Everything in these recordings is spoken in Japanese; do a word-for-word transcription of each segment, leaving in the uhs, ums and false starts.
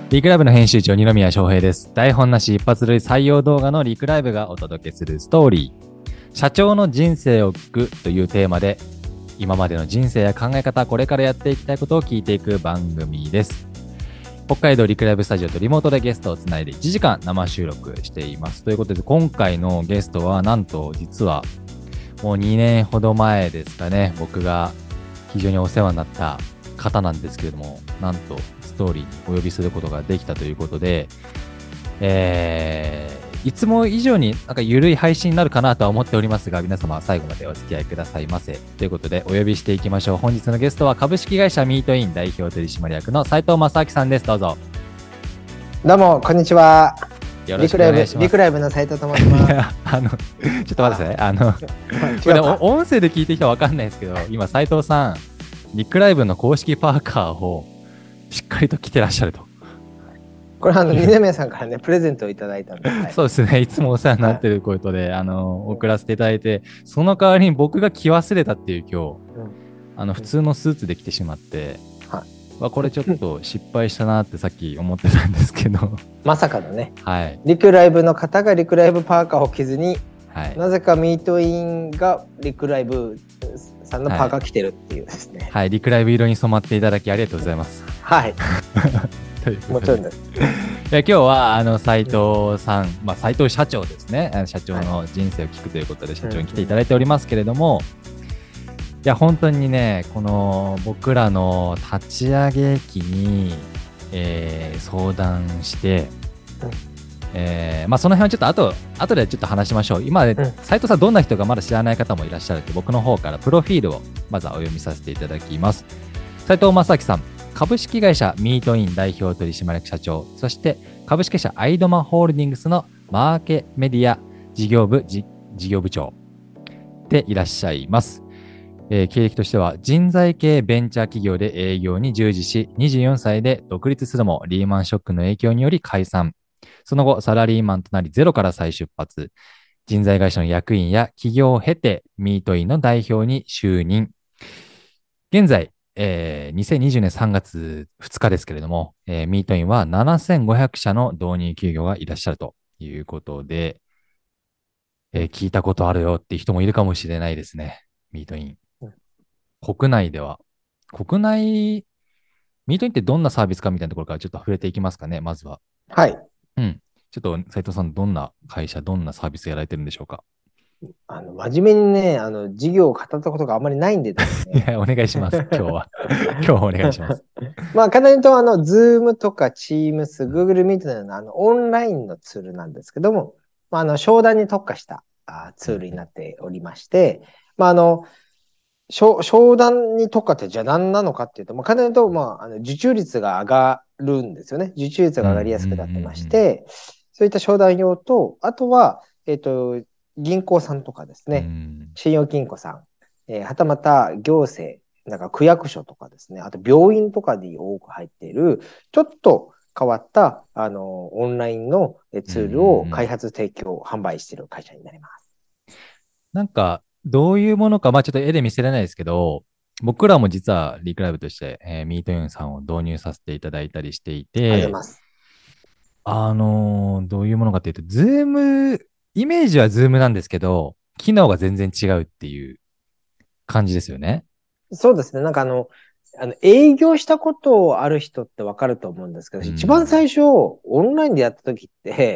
リクライブの編集長、二宮翔平です。台本なし一発撮り採用動画のリクライブがお届けするストーリー。社長の人生を聞くというテーマで、今までの人生や考え方、これからやっていきたいことを聞いていく番組です。北海道リクライブスタジオとリモートでゲストをつないでいちじかん生収録しています。ということで、今回のゲストは、なんと実はもうにねんほど前ですかね、僕が非常にお世話になった方なんですけれども、なんとストーリーにお呼びすることができたということで、えー、いつも以上になんか緩い配信になるかなとは思っておりますが、皆様最後までお付き合いくださいませ。ということでお呼びしていきましょう。本日のゲストは株式会社ミートイン代表取締役の斉藤正明さんです。どうぞ。 どうもこんにちは。 よろしくお願いします。 リクライブの斉藤と申します。 あのちょっと待ってくださいね。あのこれ音声で聞いてる人は分かんないですけど、今斉藤さんリクライブの公式パーカーをしっかりと着てらっしゃると。 これあの二宮さんからねプレゼントをいただいたんで、はい、 そうですね。いつもお世話になってることで、はい、あの送らせていただいて、その代わりに僕が着忘れたっていう今日、うん、あの普通のスーツで来てしまって、うん、これちょっと失敗したなってさっき思ってたんですけどまさかのね、 はい、 リクライブの方がリクライブパーカーを着ずに、 はい、 なぜかミートインがリクライブさんのパーカー着てるっていうですね、 はい、はい、リクライブ色に染まっていただきありがとうございます。 はいもちろんです。 今日はあの斉藤さん、まあ、斉藤社長ですね、社長の人生を聞くということで社長に来ていただいておりますけれども、いや本当にね、この僕らの立ち上げ期に、えー、相談して、えーまあ、その辺はちょっと後後でちょっと話しましょう。今、斉藤さんどんな人かまだ知らない方もいらっしゃるので、僕の方からプロフィールをまずはお読みさせていただきます。斉藤正明さん、株式会社ミートイン代表取締役社長、そして株式会社アイドマホールディングスのマーケメディア事業部事業部長でいらっしゃいます。えー、経歴としては人材系ベンチャー企業で営業に従事し、にじゅうよんさいで独立するもリーマンショックの影響により解散。その後サラリーマンとなりゼロから再出発。人材会社の役員や企業を経てミートインの代表に就任。現在えー、にせんにじゅうねんさんがつふつかですけれども、えー、ミートインはななせんごひゃくしゃの導入企業がいらっしゃるということで、えー、聞いたことあるよっていう人もいるかもしれないですね、ミートイン。うん、国内では、国内、ミートインってどんなサービスかみたいなところからちょっと触れていきますかね、まずは。 はい。 うん。ちょっと斉藤さん、どんな会社、どんなサービスやられてるんでしょうか。 あの真面目にね、あの事業を語ったことがあんまりないんでですね。 いや、お願いします、今日は。今日はお願いします。 まあ、簡単に言うと、あの、Zoom とか Teams、Google Meet のようなあのオンラインのツールなんですけども、まあ、あの商談に特化したあツールになっておりまして、まあ、あの、商談に特化ってじゃあ何なのかっていうと、まあ、簡単に言うと、まあ、あの受注率が上がるんですよね。受注率が上がりやすくなってまして、そういった商談用と、あとは、えっと、銀行さんとかですね、信用金庫さん、えー、はたまた行政、なんか区役所とかですね、あと病院とかに多く入っている、ちょっと変わった、あの、オンラインのツールを開発、提供、販売している会社になります。 なんか、どういうものか、まあちょっと絵で見せれないですけど、僕らも実はリクライブとして、えー、ミートインさんを導入させていただいたりしていて、 ありがとうございます。 あのー、どういうものかというと、ズーム、イメージはズームなんですけど、機能が全然違うっていう感じですよね。 そうですね。なんかあの、あの営業したことある人ってわかると思うんですけど、うん、一番最初、オンラインでやった時って、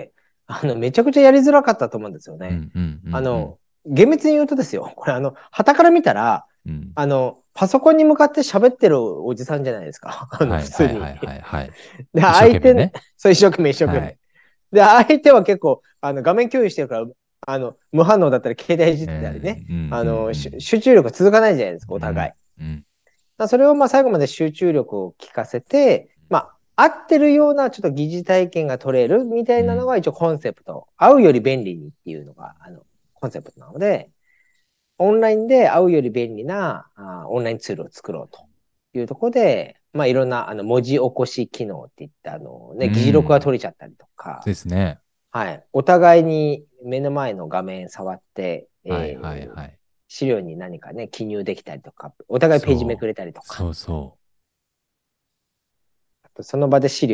あの、めちゃくちゃやりづらかったと思うんですよね。あの、厳密に言うとですよ、これあの、旗から見たら、うん、あの、パソコンに向かって喋ってるおじさんじゃないですか。あの、普通に。はいはいはい、はい。で、相手、ね、そう一生懸命一生懸命。はい、で、相手は結構、あの、画面共有してるから、あの、無反応だったり、携帯いじってたりね、あの、集中力続かないじゃないですか、お互い。うんうん、それをまあ最後まで集中力を効かせて、まあ、合ってるようなちょっと疑似体験が取れるみたいなのが一応コンセプト。うん、会うより便利にっていうのが、あの、コンセプトなので、オンラインで会うより便利なあオンラインツールを作ろうというところで、まあ、いろんなあの文字起こし機能っていったあの、ね、議事録が取れちゃったりとか、 うん、ですね。 はい。お互いに目の前の画面触って、 はいはいはい、 資料に何かね、記入できたりとか、お互いページめくれたりとか。 そうそう。 あとその場で資料を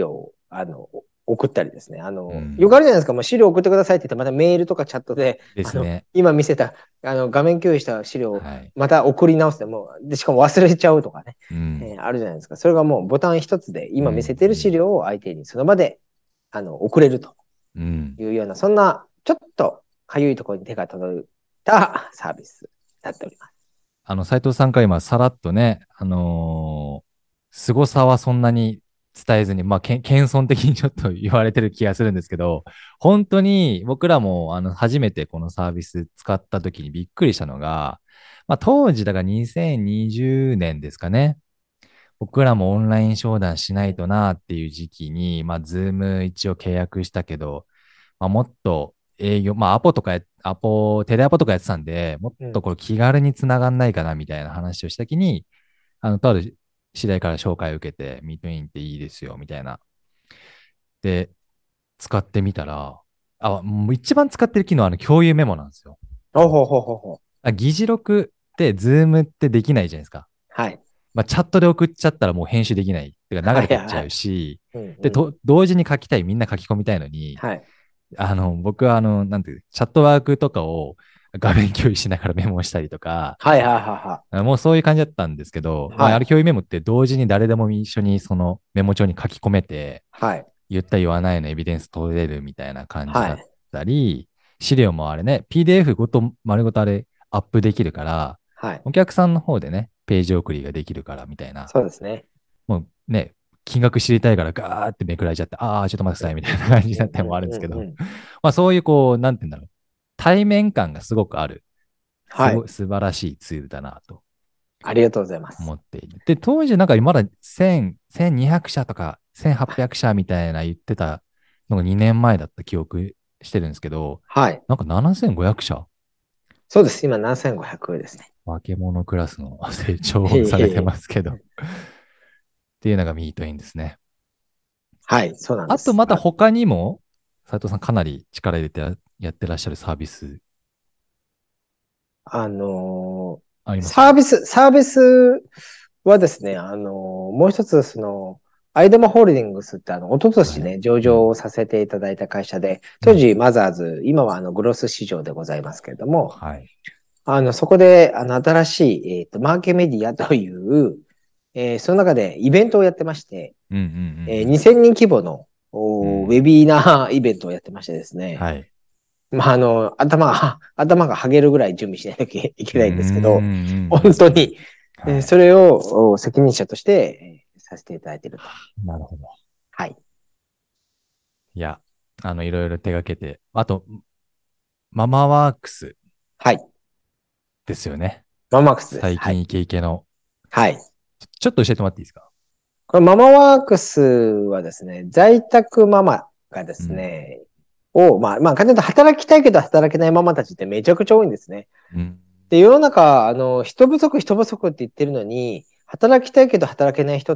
あの、送ったりですね。あの、 うん、 よくあるじゃないですか。もう資料送ってくださいって言って、またメールとかチャットで、あの、 ですね。 今見せた、あの、画面共有した資料をはい。 また送り直しても、で、しかも忘れちゃうとかね、 うん。 えーあるじゃないですか。それがもうボタン一つで、 うん。 今見せてる資料を相手にその場で、あの、送れるとうん。 いうような、そんな、ちょっとかゆいところに手が届いたサービスになっております。 あの、斉藤さんから今、さらっとね、あのー凄さはそんなに伝えずに、まあ、けん謙遜的にちょっと言われてる気がするんですけど、本当に僕らも、あの、初めてこのサービス使った時にびっくりしたのが、まあ、当時、だからにせんにじゅうねんですかね。僕らもオンライン商談しないとなっていう時期に、まあ、ズーム一応契約したけど、まあ、もっと営業、まあ、アポとかや、アポ、テレアポとかやってたんで、もっうん。 とこれ気軽につながんないかなみたいな話をしたときに、あの、とある次第から紹介を受けて、ミートインっていいですよ、みたいな。で、使ってみたら、あ、もう一番使ってる機能はあの共有メモなんですよ。 ほうほうほうほうほう。 あ、議事録ってズームってできないじゃないですか。 はい。 まあ、チャットで送っちゃったらもう編集できない。てか流はいれてっちゃうはいはい。 し、で、 うんうん。 と、同時に書きたい、みんな書き込みたいのに、 はい。 あの、僕はあの、なんていう、チャットワークとかを画面共有しながらメモしたりとか、 はいはいはいはあもうそういう感じだったんですけど、 い。 まあ、 はい。 あれ共有メモって同時に誰でも一緒にそのメモ帳に書き込めて、 はい。 言った言わないのエビデンス取れるみたいな感じだっはい。 たり、資料もあれね、ピーディーエフ ごと丸ごとあれアップできるから、 はい。 お客さんの方でね、ページ送りができるからみたいな、 そうですね。 もうね、金額知りたいからガーってめくられちゃって、ああ、ちょっと待ってくださいみたいな感じになったりもあるんですけど、 うんうんうんうん。 まあそういうこう、なんて言うんだろう、対面感がすごくある、すはい。 ごい素晴らしいツールだなとありがとうございます。 思っている。で、当時なんかまだせん、せんにひゃく社とかせんはっぴゃく社みたいな言ってたのがにねんまえだった記憶してるんですけど、 はい。 なんかななせんごひゃく社、 そうです。今ななせんごひゃくですね。 化け物クラスの成長いえをされていえいえ。 ますけど、っていうのがミートインですね。 はい。そうなんであとす。あ、 また他にも、斉藤さんかなり力入れてやってらっしゃるサービスあのーありますサービス、サービスはですね、あのーもう一つ、その、アイデマホールディングスってあの、一昨はい。 年ね、上うん。 場させていただいた会社で、 うん。 当時マザーズ、今はあの、グロス市場でございますけれども、 はい。 あの、そこで、あの、新しい、えっと、マーケメディアという、えーその中でイベントをやってまして、 うんうんうんえー、 うん。 にせんにん規模のおウェうん。 ビーナーイベントをやってましてですね、 はい。 まあ、あの、頭が、頭が剥げるぐらい準備しないといけうーん。 ないんですけど、 うん本当うんうん。 に、えーはい。 それをお責任者としてえーさせていただいていると。 なるほど。 はい。 いや、あの、いろいろ手がけて、あと、ママワークスはい。 ですよね。 ママックスです。はい。 最近イケイケの。 はい。 ちょっと教えてもらっていいですか？ これママワークスはですね、在宅ママがですうん。 ね、を、まあ、まあ、簡単に言うと働きたいけど働けないママたちってめちゃくちゃ多いんですね。 うん。 で、世の中、あの、人不足、人不足って言ってるのに、働きたいけど働けない人って、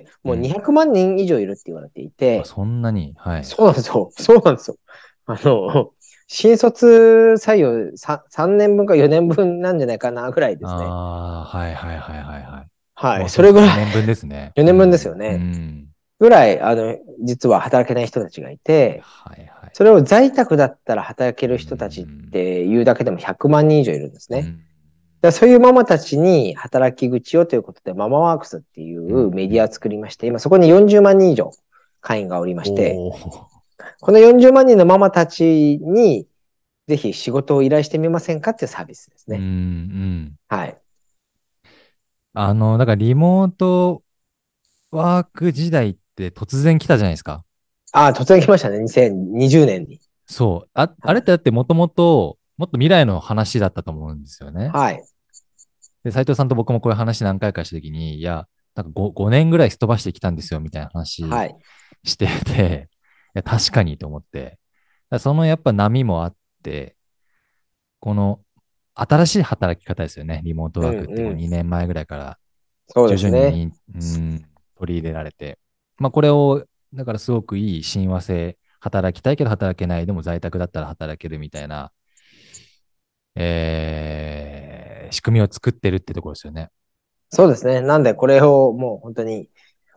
もううん。 にひゃくまん人以上いるって言われていあ、 て、 そんなに、はい。 そうなんですよ。そうなんですよ。あの、新卒採用 さん, さんねんぶんかよねんぶんなんじゃないかなぐらいですね。 ああ、はいはいはいはいはい。 はい。 もうそうですね。 それぐらい、 よねんぶんですね。 4 う年分ですよん。うね。 ん。 ぐらい、あの、実は働けない人たちがいて、 はいはい。 それを在宅だったら働けうる人たちっん。 ていうだけでもひゃくまん人以上いるんですね。 うん。 でそういうママたちに働き口をということで、ママワークスっていうん。 うメディアをうん。 作りまして、今そこによんじゅうまん人以上会員がおりまして、 おお。 このよんじゅうまん人のママたちにぜひ仕事を依頼してみませんかっていうサービスですうん。うね。 ん。 はい。 あの、だからリモートワーク時代って突然来たじゃないですか。 ああ、突然来ましたね。にせんにじゅうねんに。 そう。あ、あれっはい。 てだってもともと、もっと未来の話だったと思うんですよね。 はい。 で、斉藤さんと僕もこういう話何回かしたときに、いや、なんか ご, ごねんぐらいすっ飛ばしてきたんですよ、みたいな話はい。 してて、いや、確かにと思って。だそのやっぱ波もあって、この新しい働き方ですよね。リモートうワークってこうんうん。 にねんまえぐらいからそうで徐々にすね。 に、うん、取り入れられて。まあこれを、だからすごくいい親和性、働きたいけど働けない、でも在宅だったら働けるみたいな、えー、仕組みを作ってるってところですよね。 そうですね。なんでこれをもう本当に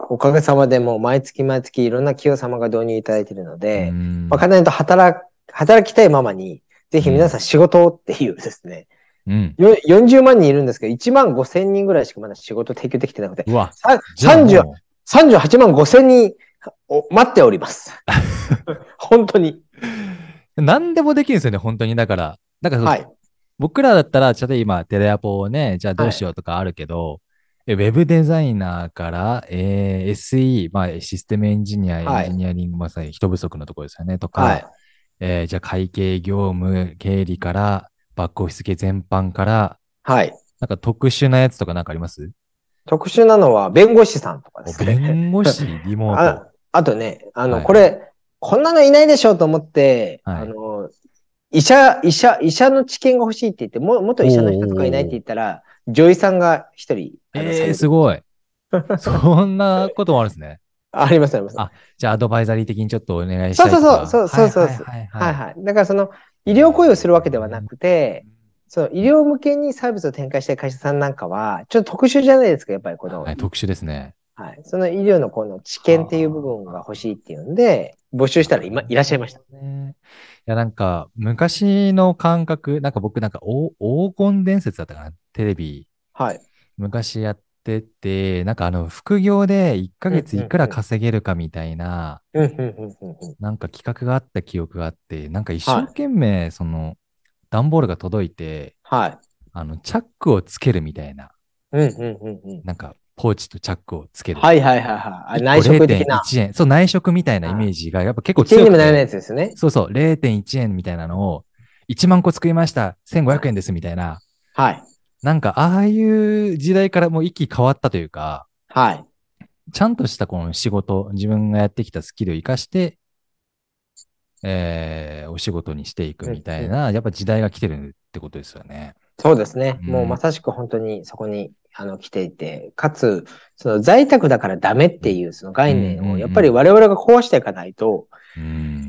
おかげさまでもう毎月毎月いろんな企業様が導入いただいているので、まあ、簡単に言うと働、働きたいママに、ぜひ皆さん仕事をっていうですね、うん、よんじゅうまん人いるんですけど、いちまんごせんにんぐらいしかまだ仕事提供できてなくて、 うわさんじゅう、さんじゅうはちまんごせんにんを待っております。本当に。 何でもできるんですよね、本当に。だから、だから、はい、僕らだったら、ちょっと今、テレアポをね、じゃあどうしようとかあるけど、はい、ウェブデザイナーから、えー、エスイー、まあ、システムエンジニア、エンジニアリング、まさに人不足のところですよね、とか、はい、えー、じゃあ会計業務、経理から、バックオフィス系全般から、 はい。 なんか特殊なやつとかなんかあります？ 特殊なのは、弁護士さんとかですね。 弁護士、リモート。 あ, あとね、あの、はい、これ、こんなのいないでしょうと思って、はい、あの、医者、医者、医者の知見が欲しいって言って、も元医者の人とかいないって言ったら、女医さんが一人。 えー、すごい。そんなこともあるんですね。 ありますあります。 あ、じゃあアドバイザリー的にちょっとお願いしたいとか。そうそうそう、そうそうそう。はいはいはい。だからその、医療行為をするわけではなくて、その医療向けにサービスを展開したい会社さんなんかは、ちょっと特殊じゃないですか、やっぱりこの。 はい、特殊ですね。 はい。その医療のこの知見っていう部分が欲しいっていうんで、募集したら今いらっしゃいました。 ね、いや、なんか、昔の感覚、なんか僕なんか黄金伝説だったかな、テレビ。 はい。 昔やってて、なんかあの、副業でいっかげついくら稼げるかみたいな、なんか企画があった記憶があって、なんか一生懸命、その、段ボールが届いて、 はい。 あの、チャックをつけるみたいな。 うんうんうんうん。 なんか、ポーチとチャックをつける。 はいはいはいはい。内職的な。 れいてんいちえん。そう、内職みたいなイメージがやっぱ結構強くて。いちえんにもならないやつですね。 そうそう、れいてんいちえんみたいなのを、いちまんこ作りました。せんごひゃくえんですみたいな。 はい。 なんか、ああいう時代からもう一気変わったというか、 はい。 ちゃんとしたこの仕事、自分がやってきたスキルを活かして、えー、お仕事にしていくみたいな、うんうん、やっぱ時代が来てるってことですよね。 そうですね。うん、もうまさしく本当にそこにあの来ていて、かつ、その在宅だからダメっていうその概念を、やっぱり我々が壊していかないと、うん、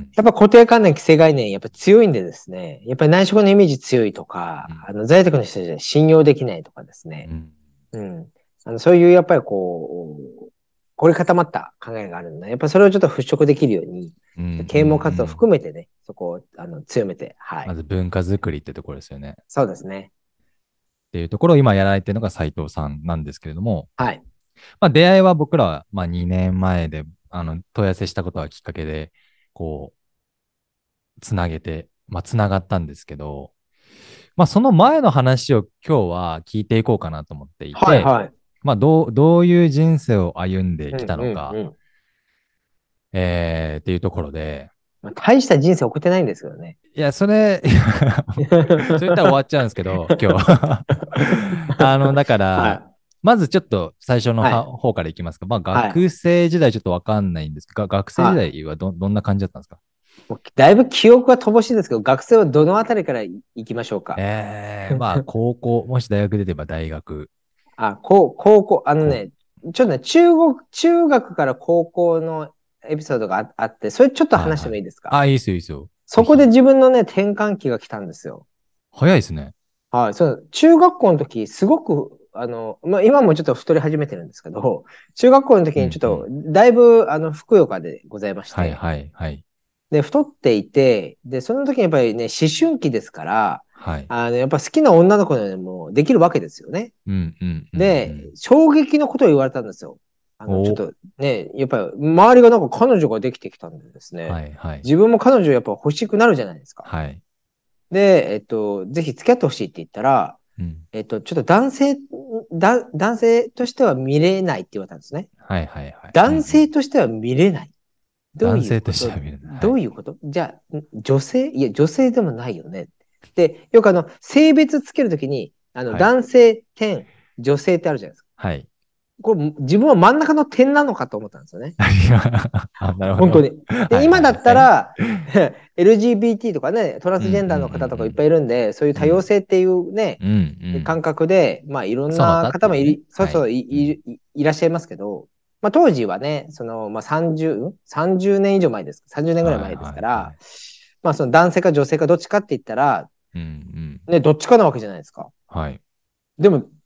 やっぱ固定観念、既成概念、やっぱ強いんでですね、やっぱり内職のイメージ強いとか、うん、あの在宅の人たちは信用できないとかですね、うん、うん、あのそういうやっぱりこう、凝り固まった考えがあるんで、やっぱりそれをちょっと払拭できるように、うん、啓蒙活動を含めてね、そこをあの強めて、はい。 まず文化づくりってところですよね。 そうですね。 っていうところを今やられてるのが斉藤さんなんですけれども、 はい。 まあ出会いは僕らはまあにねんまえであの問い合わせしたことがきっかけで、こう、つなげて、まあつながったんですけど、まあその前の話を今日は聞いていこうかなと思っていて、はいはい、まあどう、どういう人生を歩んできたのか、うんうんうん、えー、っていうところで、 大した人生送ってないんですけどね。 いや、それ、そう言ったら終わっちゃうんですけど、今日。あの、だから、はい、まずちょっと最初の、はい、方からいきますか。まあ、学生時代ちょっとわかんないんですが、はい、学生時代はど、どんな感じだったんですか？ だいぶ記憶が乏しいですけど、学生はどのあたりから行きましょうか？ ええー、まあ、高校、もし大学出てば大学。 あ、高校、あのね、ちょっとね、中国、中学から高校のエピソードがあって、それちょっと話してもいいですか？ はいはい、あ、いいですよ、いいですよ。 そこで自分のね、転換期が来たんですよ。 早いですね。 はい、そう、中学校の時、すごく、あの、まあ、今もちょっと太り始めてるんですけど、中学校の時にちょっと、だいぶ、うんうん、あの、ふくよかでございまして。 はいはいはい。 で、太っていて、で、その時にやっぱりね、思春期ですから、 はい、 あの、やっぱ好きな女の子でもできるわけですよね。 うんうんうんうん、 で、衝撃のことを言われたんですよ。あの、ちょっとね、やっぱり周りがなんか彼女ができてきたんでですね、はいはい、自分も彼女やっぱ欲しくなるじゃないですか。 はい、 で、えっと、ぜひ付き合ってほしいって言ったら、うん、えっと、ちょっと男性だ、男性としては見れないって言われたんですね。 はいはいはい。 男性としては見れない。 どういうこと？男性としては見れない。 はい、どういうこと？じゃあ、女性いや、女性でもないよね。で、よくあの、性別つけるときに、あの、はい、男性点、女性ってあるじゃないですか。 はい。 これ、自分は真ん中の点なのかと思ったんですよね。 あ、なるほど。 本当に。で、今だったら、エルジービーティー とかね、トランスジェンダーの方とかいっぱいいるんで、そういう多様性っていうね、うんうん、感覚で、まあいろんな方もいる、そうそう、はい、い, い, いらっしゃいますけど、まあ当時はね、その、まあさんじゅう、さんじゅうねん以上前です。さんじゅうねんぐらい前ですから、はいはいはい、まあその男性か女性かどっちかって言ったら、うんうん、ね、どっちかなわけじゃないですか。 はい。 でも、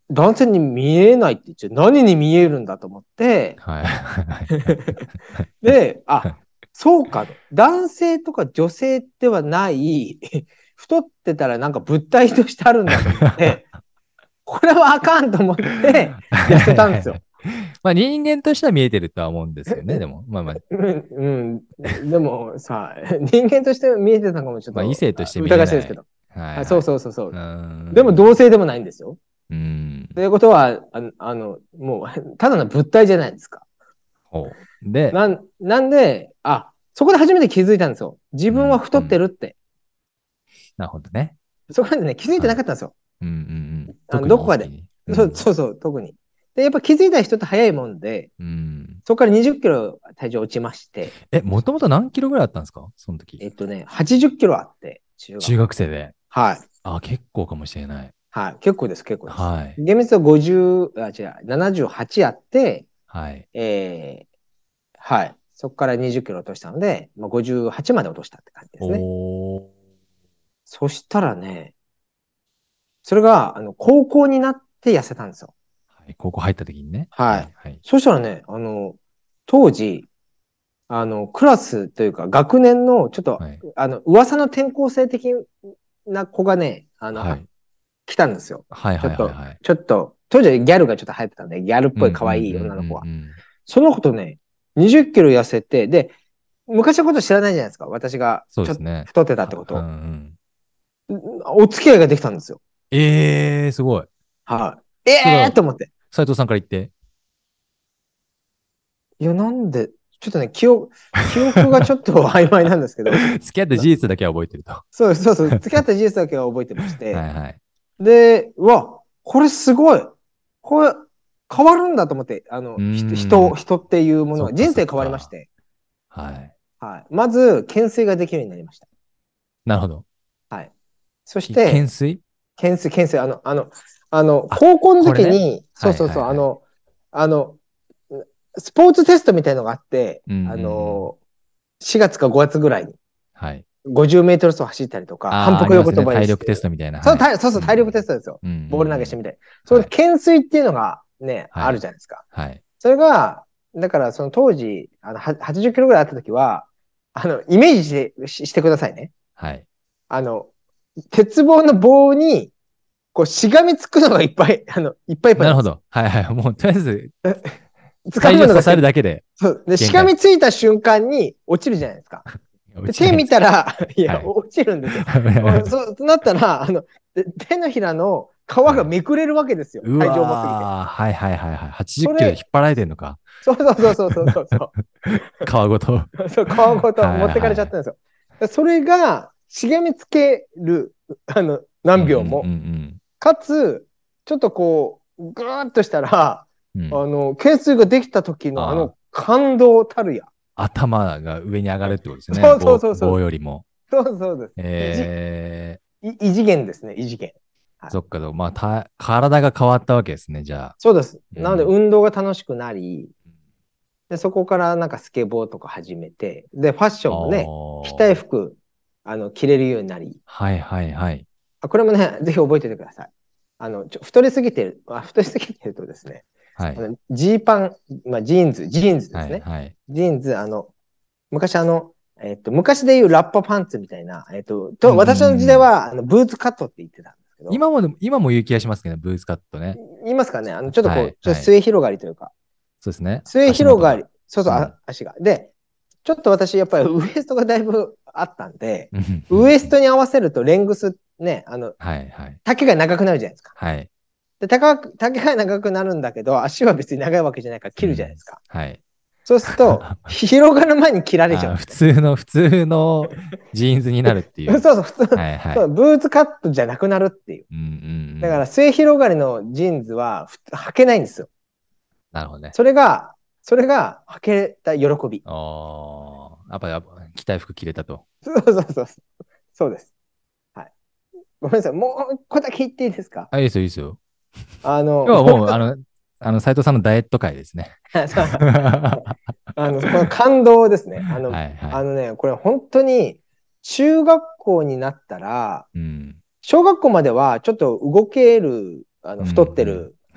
男性に見えないって言っちゃ何に見えるんだと思って、 はい。 で、あ、そうか。男性とか女性ではない、太ってたらなんか物体としてあるんだと思って、これはあかんと思って、痩せたんですよ。 まあ人間としては見えてるとは思うんですよね、でも。まあまあ。 うん、うん。でもさ、人間として見えてたかもちょっと、 まあ異性として見れない。 疑わしいですけど。 はい、はい。 そうそうそうそう。 うでも同性でもないんですよ。 うん。 ということは、ああの、もう、ただの物体じゃないですか。 ほう。で、 なん、なんで、あ、そこで初めて気づいたんですよ。自分は太ってるって。 うん、なるほどね。 そこまでね、気づいてなかったんですよ。 はい、うんうんうん。 あのどこかで、うん、そう。そうそう、特に。で、やっぱ気づいた人って早いもんで、うん、そこからにじゅっキロ体重落ちまして。 え、もともと何キロぐらいあったんですかその時。 えっとね、はちじゅっキロあって、 中学中学生で。 はい。 あ、結構かもしれない。 はい。結構です、結構です。 はい。 厳密はごじゅう、あ、違う、ななじゅうはちあって、 はい。 えー、はい。そこからにじゅっキロ落としたので、まあ、ごじゅうはちまで落としたって感じですね。おそしたらね、それが、あの、高校になって痩せたんですよ。 はい。高校入った時にね。 はい。はいはい、そしたらね、あの、当時、あの、クラスというか、学年の、ちょっと、はい、あの、噂の転校生的な子がね、あの、はい、来たんですよ。はいはいはい、はい。ちょっと、ちょっと、当時ギャルがちょっと流行ってたんで、ギャルっぽい可愛い女の子は。その子とね、にじゅっキロ痩せて、で、昔のこと知らないじゃないですか。私がちょっと太ってたってこと。うんうん、お付き合いができたんですよ。 ええー、すごい。 はい、あ。ええー、と思って。 斉藤さんから言って。 いや、なんで、ちょっとね、記憶、記憶がちょっと曖昧なんですけど。 付き合った事実だけは覚えてると。 そうそうそう。付き合った事実だけは覚えてまして。はいはい。で、うわ、これすごい。これ、変わるんだと思って、あの、人、人っていうものが、人生変わりまして。はい。はい。まず、懸垂ができるようになりました。 なるほど。 はい。そして、 懸垂懸垂、懸垂、あの、あの、あの、高校の時に、ね、そうそうそう、はいはいはい、あの、あの、スポーツテストみたいのがあって、うんうんうん、あの、しがつかごがつぐらいに。はい。ごじゅうメートル走走ったりとか、反復横跳びして、ね、 体力テストみたいな。 そう、はい、そうそう、体力テストですよ。うん、ボール投げしてみたい。その懸垂っていうのがね、はい、あるじゃないですか。はい。それが、だからその当時、あの、はちじゅっキロぐらいあった時は、あの、イメージしてししてくださいね。はい。あの、鉄棒の棒に、こう、しがみつくのがいっぱい、あの、いっぱいいっぱい。 なるほど。はいはい。もう、とりあえず、体重支えるだけで。 そう。で、しがみついた瞬間に落ちるじゃないですか。で手見たら、いや、はい、落ちるんですよ。そうなったら、あの、手のひらの皮がめくれるわけですよ。はい、体重重すぎて。 はいはいはいはい。はちじゅっキロで引っ張られてんのか。 そうそうそうそうそうそう。 皮ごと。 そう、皮ごと持ってかれちゃったんですよ。はいはい、それが、しがみつける、あの、何秒も。うんうんうん、かつ、ちょっとこう、ぐーっとしたら、うん、あの、懸垂ができた時のあの感動たるや。 頭が上に上がるってことですね。 そうそうそうそう。 棒よりも。 そうそうです。えー、異次元ですね、異次元。 はい、そっか、まあた、体が変わったわけですね、じゃあ。 そうです。うん、なので、運動が楽しくなり、で、そこからなんかスケボーとか始めて、で、ファッションもね、着たい服、あの、着れるようになり。 はいはいはい。 あ、これもね、ぜひ覚えておいてください。あの、ちょ太りすぎてる、あ、太りすぎてるとですね、はい、ジーパン、まあ、ジーンズ、ジーンズですね。はいはい、ジーンズ、あの、昔あの、えっと、昔でいうラッパパンツみたいな、えっと、と私の時代は、あの、ブーツカットって言ってたんですけど。 今も、今も言う気がしますけど、ブーツカットね。 言いますかね。あの、ちょっとこう、はい、ちょっと末広がりというか。 そうですね。 末広がり。そうそう、うん、足が。で、ちょっと私、やっぱりウエストがだいぶあったんで、ウエストに合わせるとレングス、ね、あの、はいはい、丈が長くなるじゃないですか。はい。で、丈が長くなるんだけど、足は別に長いわけじゃないから切るじゃないですか。うん、はい。そうすると、広がる前に切られちゃう。 普通の、普通のジーンズになるっていう。 そうそう、普通、はいはい、そうブーツカットじゃなくなるっていう。うんうんうん、だから、末広がりのジーンズは履けないんですよ。 なるほどね。 それが、それが履けた喜び。 ああ、やっぱり着たい服着れたと。 そうそうそう。そうです。はい。ごめんなさい。もう一個だけ言っていいですか？ あ、いいですよ、いいですよ。 あの、 今日はもう、あの、あの、斉藤さんのダイエット会ですね。 あの、この感動ですね。あの、はいはい、あのね、これ本当に、中学校になったら、うん、小学校まではちょっと動ける、あの太ってる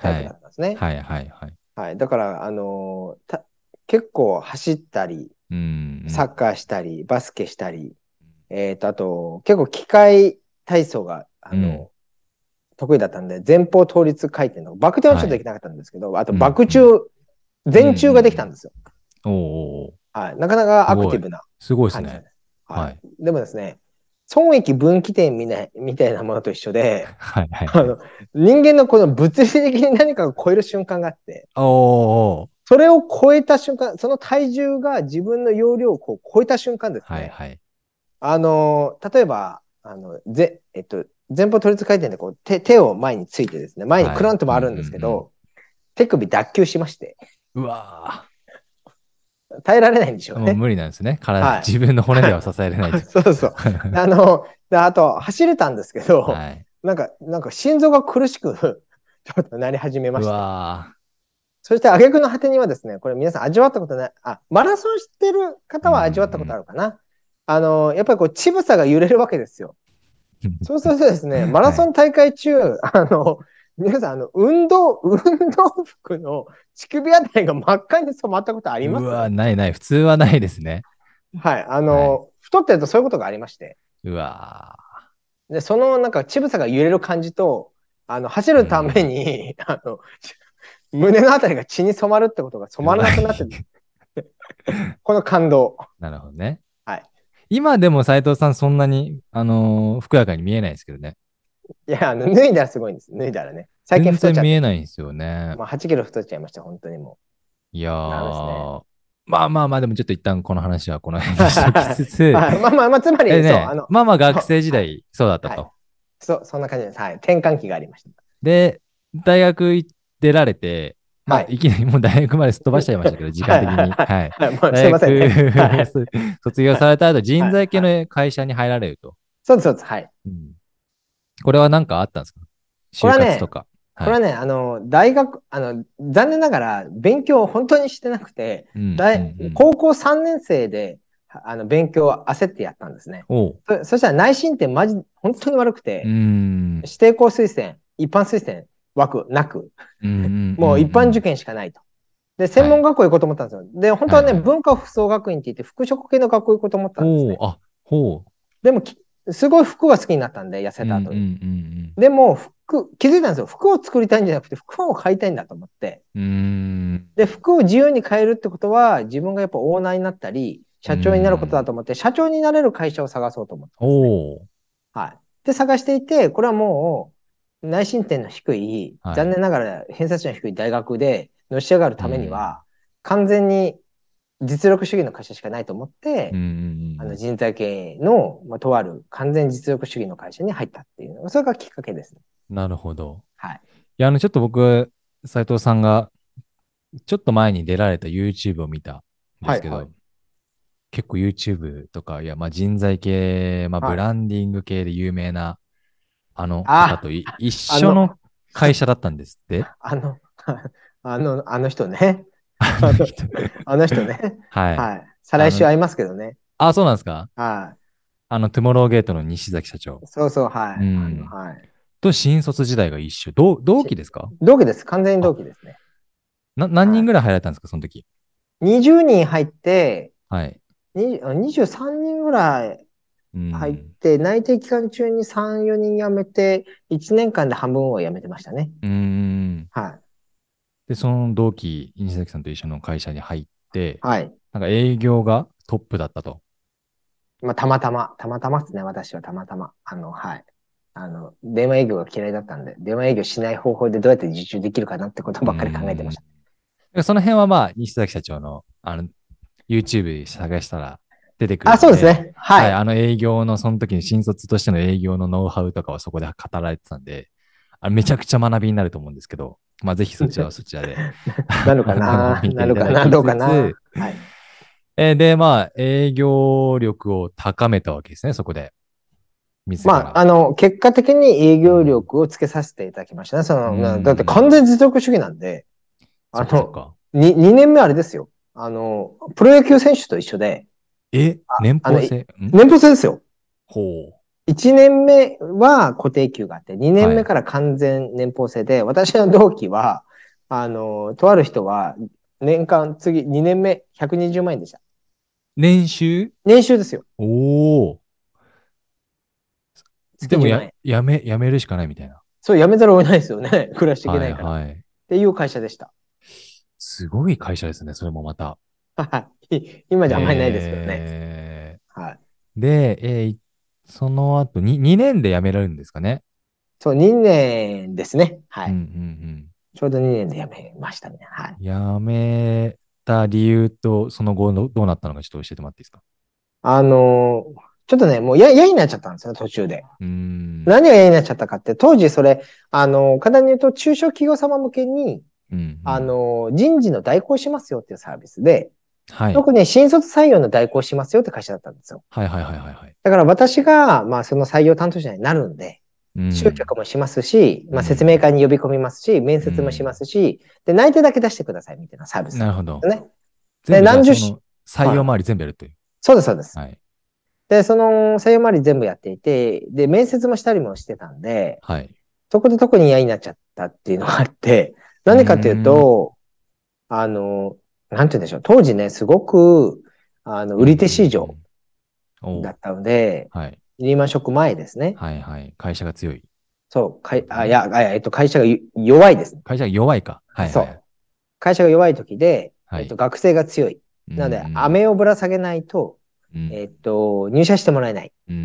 タイプだったんですね。 はいはいはいはい。 はい。だから、あのーた結構走ったり、 うんうん、 サッカーしたり、バスケしたり、えっと、あと、結構機械体操が、あの、 うん得意だったんで、前方倒立回転の、バク転はちょっとできなかったんですけど、あと、バク宙、前宙ができたんですよ。 うんうんうん、おー、 はい。なかなかアクティブなすごいですね。 感じです。はい。 はい。 でもですね、損益分岐点みたいみたいなものと一緒で、 はいはいはい。 あの、人間のこの物理的に何かを超える瞬間があって、 おー、 それを超えた瞬間、その体重が自分の容量をこう超えた瞬間ですね。 はいはい。 あの、例えば、あの、ぜ、えっと、前方倒立回転でこう手手を前についてですね、前にクランと回るんですけど、はい、うんうんうん、手首脱臼しまして。 うわ耐えられないんでしょうね。 もう無理なんですね。体、 はい、 自分の骨では支えれないと。 そうそう。あの、であと、走れたんですけど、はい、なんか、なんか心臓が苦しく、ちょっとなり始めました。うわそして、挙句の果てにはですね、これ皆さん味わったことない、あ、マラソンしてる方は味わったことあるかな。あの、やっぱりこう、乳房が揺れるわけですよ。そうするとですね、マラソン大会中、はい、あの、皆さん、あの、運動、運動服の乳首あたりが真っ赤に染まったことあります？ うわないない。普通はないですね。 はい。あの、はい、太ってるとそういうことがありまして。 うわで、その、なんか、乳房が揺れる感じと、あの、走るために、あの、胸のあたりが血に染まるってことが染まらなくなってる。この感動。 なるほどね。 はい。 今でも斉藤さんそんなに、あのー、ふくやかに見えないですけどね。 いや、あの、脱いだらすごいんです。脱いだらね。最近太っちゃって。 全然見えないんですよね。 まあ、はちキロ太っちゃいました、本当にもう。いやー。 ー。まあまあまあ、でもちょっと一旦この話はこの辺にしときつつ。 まあまあまあ、つまり、 ね、 そう、あの。 まあまあ学生時代、はい、そうだったと、 はい。そう、そんな感じです。はい。転換期がありました。 で、大学出られて、まあ、はい、いきなりもう大学まですっ飛ばしちゃいましたけど、時間的に。はい。はい、大学、ね、卒業された後、人材系の会社に入られると。 そうです、そうです。はい。うん、 これは何かあったんですか？就活とか。 これはね、はい、あの、大学、あの、残念ながら勉強を本当にしてなくて、うん大うんうん、高校さんねん生で、あの、勉強を焦ってやったんですね。そ, そしたら内申点マジ、本当に悪くて、うん指定校推薦、一般推薦枠なく、うんうんうんうん、もう一般受験しかないと。で、専門学校行こうと思ったんですよ。はい、で、本当はね、はいはい、文化服装学院って言って、服飾系の学校行こうと思ったんですね。あ、ほう。でも、すごい服が好きになったんで、痩せた後に。うんうんうん、でも、服、気づいたんですよ。服を作りたいんじゃなくて、服を買いたいんだと思って。うんで、服を自由に買えるってことは、自分がやっぱオーナーになったり、社長になることだと思って、社長になれる会社を探そうと思ったんですね。おはい。で、探していて、これはもう、内申点の低い、はい、残念ながら偏差値の低い大学でのし上がるためには、完全に実力主義の会社しかないと思って、うんうんうん、あの人材系の、まあ、とある完全実力主義の会社に入ったっていうのが、それがきっかけですね。 なるほど。 はい。 いや、あの、ちょっと僕、斉藤さんが、ちょっと前に出られた YouTube を見たんですけど、はいはい、結構 YouTube とか、いや、まあ人材系、まあブランディング系で有名な、あの方と一緒の会社だったんですって。 あの、あの、あの人ね。あの人あの人ね。はい。はい。再来週会いますけどね。 あ、そうなんですか？ はい。 あの、トゥモローゲートの西崎社長。 そうそう、はい。うん、あのはい。 と新卒時代が一緒。同同期ですか？ 同期です。完全に同期ですね。 な、何人ぐらい入られたんですか、その時。 にじゅうにん入って、 はい。 にじゅうさんにんぐらい入って、内定期間中にさん、よにん辞めて、いちねんかんで半分を辞めてましたね。うん。 はい。で、その同期、西崎さんと一緒の会社に入って、 はい。 なんか営業がトップだったと。 まあ、たまたま、たまたまですね、私はたまたま。あの、はい。あの、電話営業が嫌いだったんで、電話営業しない方法でどうやって受注できるかなってことばっかり考えてました。 その辺はまあ、西崎社長の、あの、YouTube 探したら出てくるので。 あ、そうですね。はい。はい、 あの営業の、その時に新卒としての営業のノウハウとかはそこで語られてたんで、あめちゃくちゃ学びになると思うんですけど、まあ、ぜひそちらはそちらで。 なるかななるかなどうかなはい。 えー、で、まあ、営業力を高めたわけですね、そこで。 まあ、あの、結果的に営業力をつけさせていただきましたね。その、だって完全実力主義なんで、あの、に、にねんめあれですよ。あの、プロ野球選手と一緒で。 え年俸制年俸制ですよ。 ほう。 いちねんめは固定給があって、にねんめから完全年俸制で、はい、私の同期は、あの、とある人は、年間、次、にねんめ、ひゃくにじゅうまん円でした。 年収年収ですよ。 おお。でもや、 月じゅうまん円。 やめ、やめるしかないみたいな。 そう、辞めざるを得ないですよね。暮らしていけはいないから。っはい。 ていう会社でした。 すごい会社ですね、それもまた。 はい。今じゃあんまりないですけどね。 えはい。 ー、で、えーその後に、にねんで辞められるんですかね。 そう、にねんですね。はうんうい。 んちょうどにねんで辞めましたね。はい。 うん。辞めた理由と、その後どどうなったのかちょっと教えてもらっていいですか。 あのーちょっとね、もうや嫌になっちゃったんですよ、途中で。 うーん。 何が嫌になっちゃったかって、当時それ、あのー簡単に言うと、中小企業様向けに、 うんうん。 あのー人事の代行しますよっていうサービスで、 はい。 特に新卒採用の代行しますよって会社だったんですよ。 はいはいはいはいはい。 だから私が、まあ、その採用担当者になるんで、 うん。 集客もしますし、まあ、説明うん。 会に呼び込みますし、面う接もしまん。 すし、で、内定だけ出してくださいみたいなサービスだっなるほど。 たんですね。で、 全部じゃあ、 何十し、 その、採はい。 用周り全部やるという。 そうです、そうです。 はい。 で、その採用周り全部やっていて、で、面接もしたりもしてたんで、 はい。 そこで特に嫌になっちゃったっていうのがあって、 うー何かというん。 と、あの、なんて言うんでしょう。当時ね、すごく、あの、 うんうんう売り手市場ん。おう。 だったので、 はい。 リーマンショック前ですね。 はいはい。会社が強い。 そう、かい、あ、いってことですね。 や、あえっと、会社が弱いですね。 会社が弱いか。はいはいはい。 そう。会社が弱い時で、 はい。 えっと、学生が強い。 うんうなので、 ん。 飴をぶら下げないと、 うん。 えっと、入社してもらえない。 うん。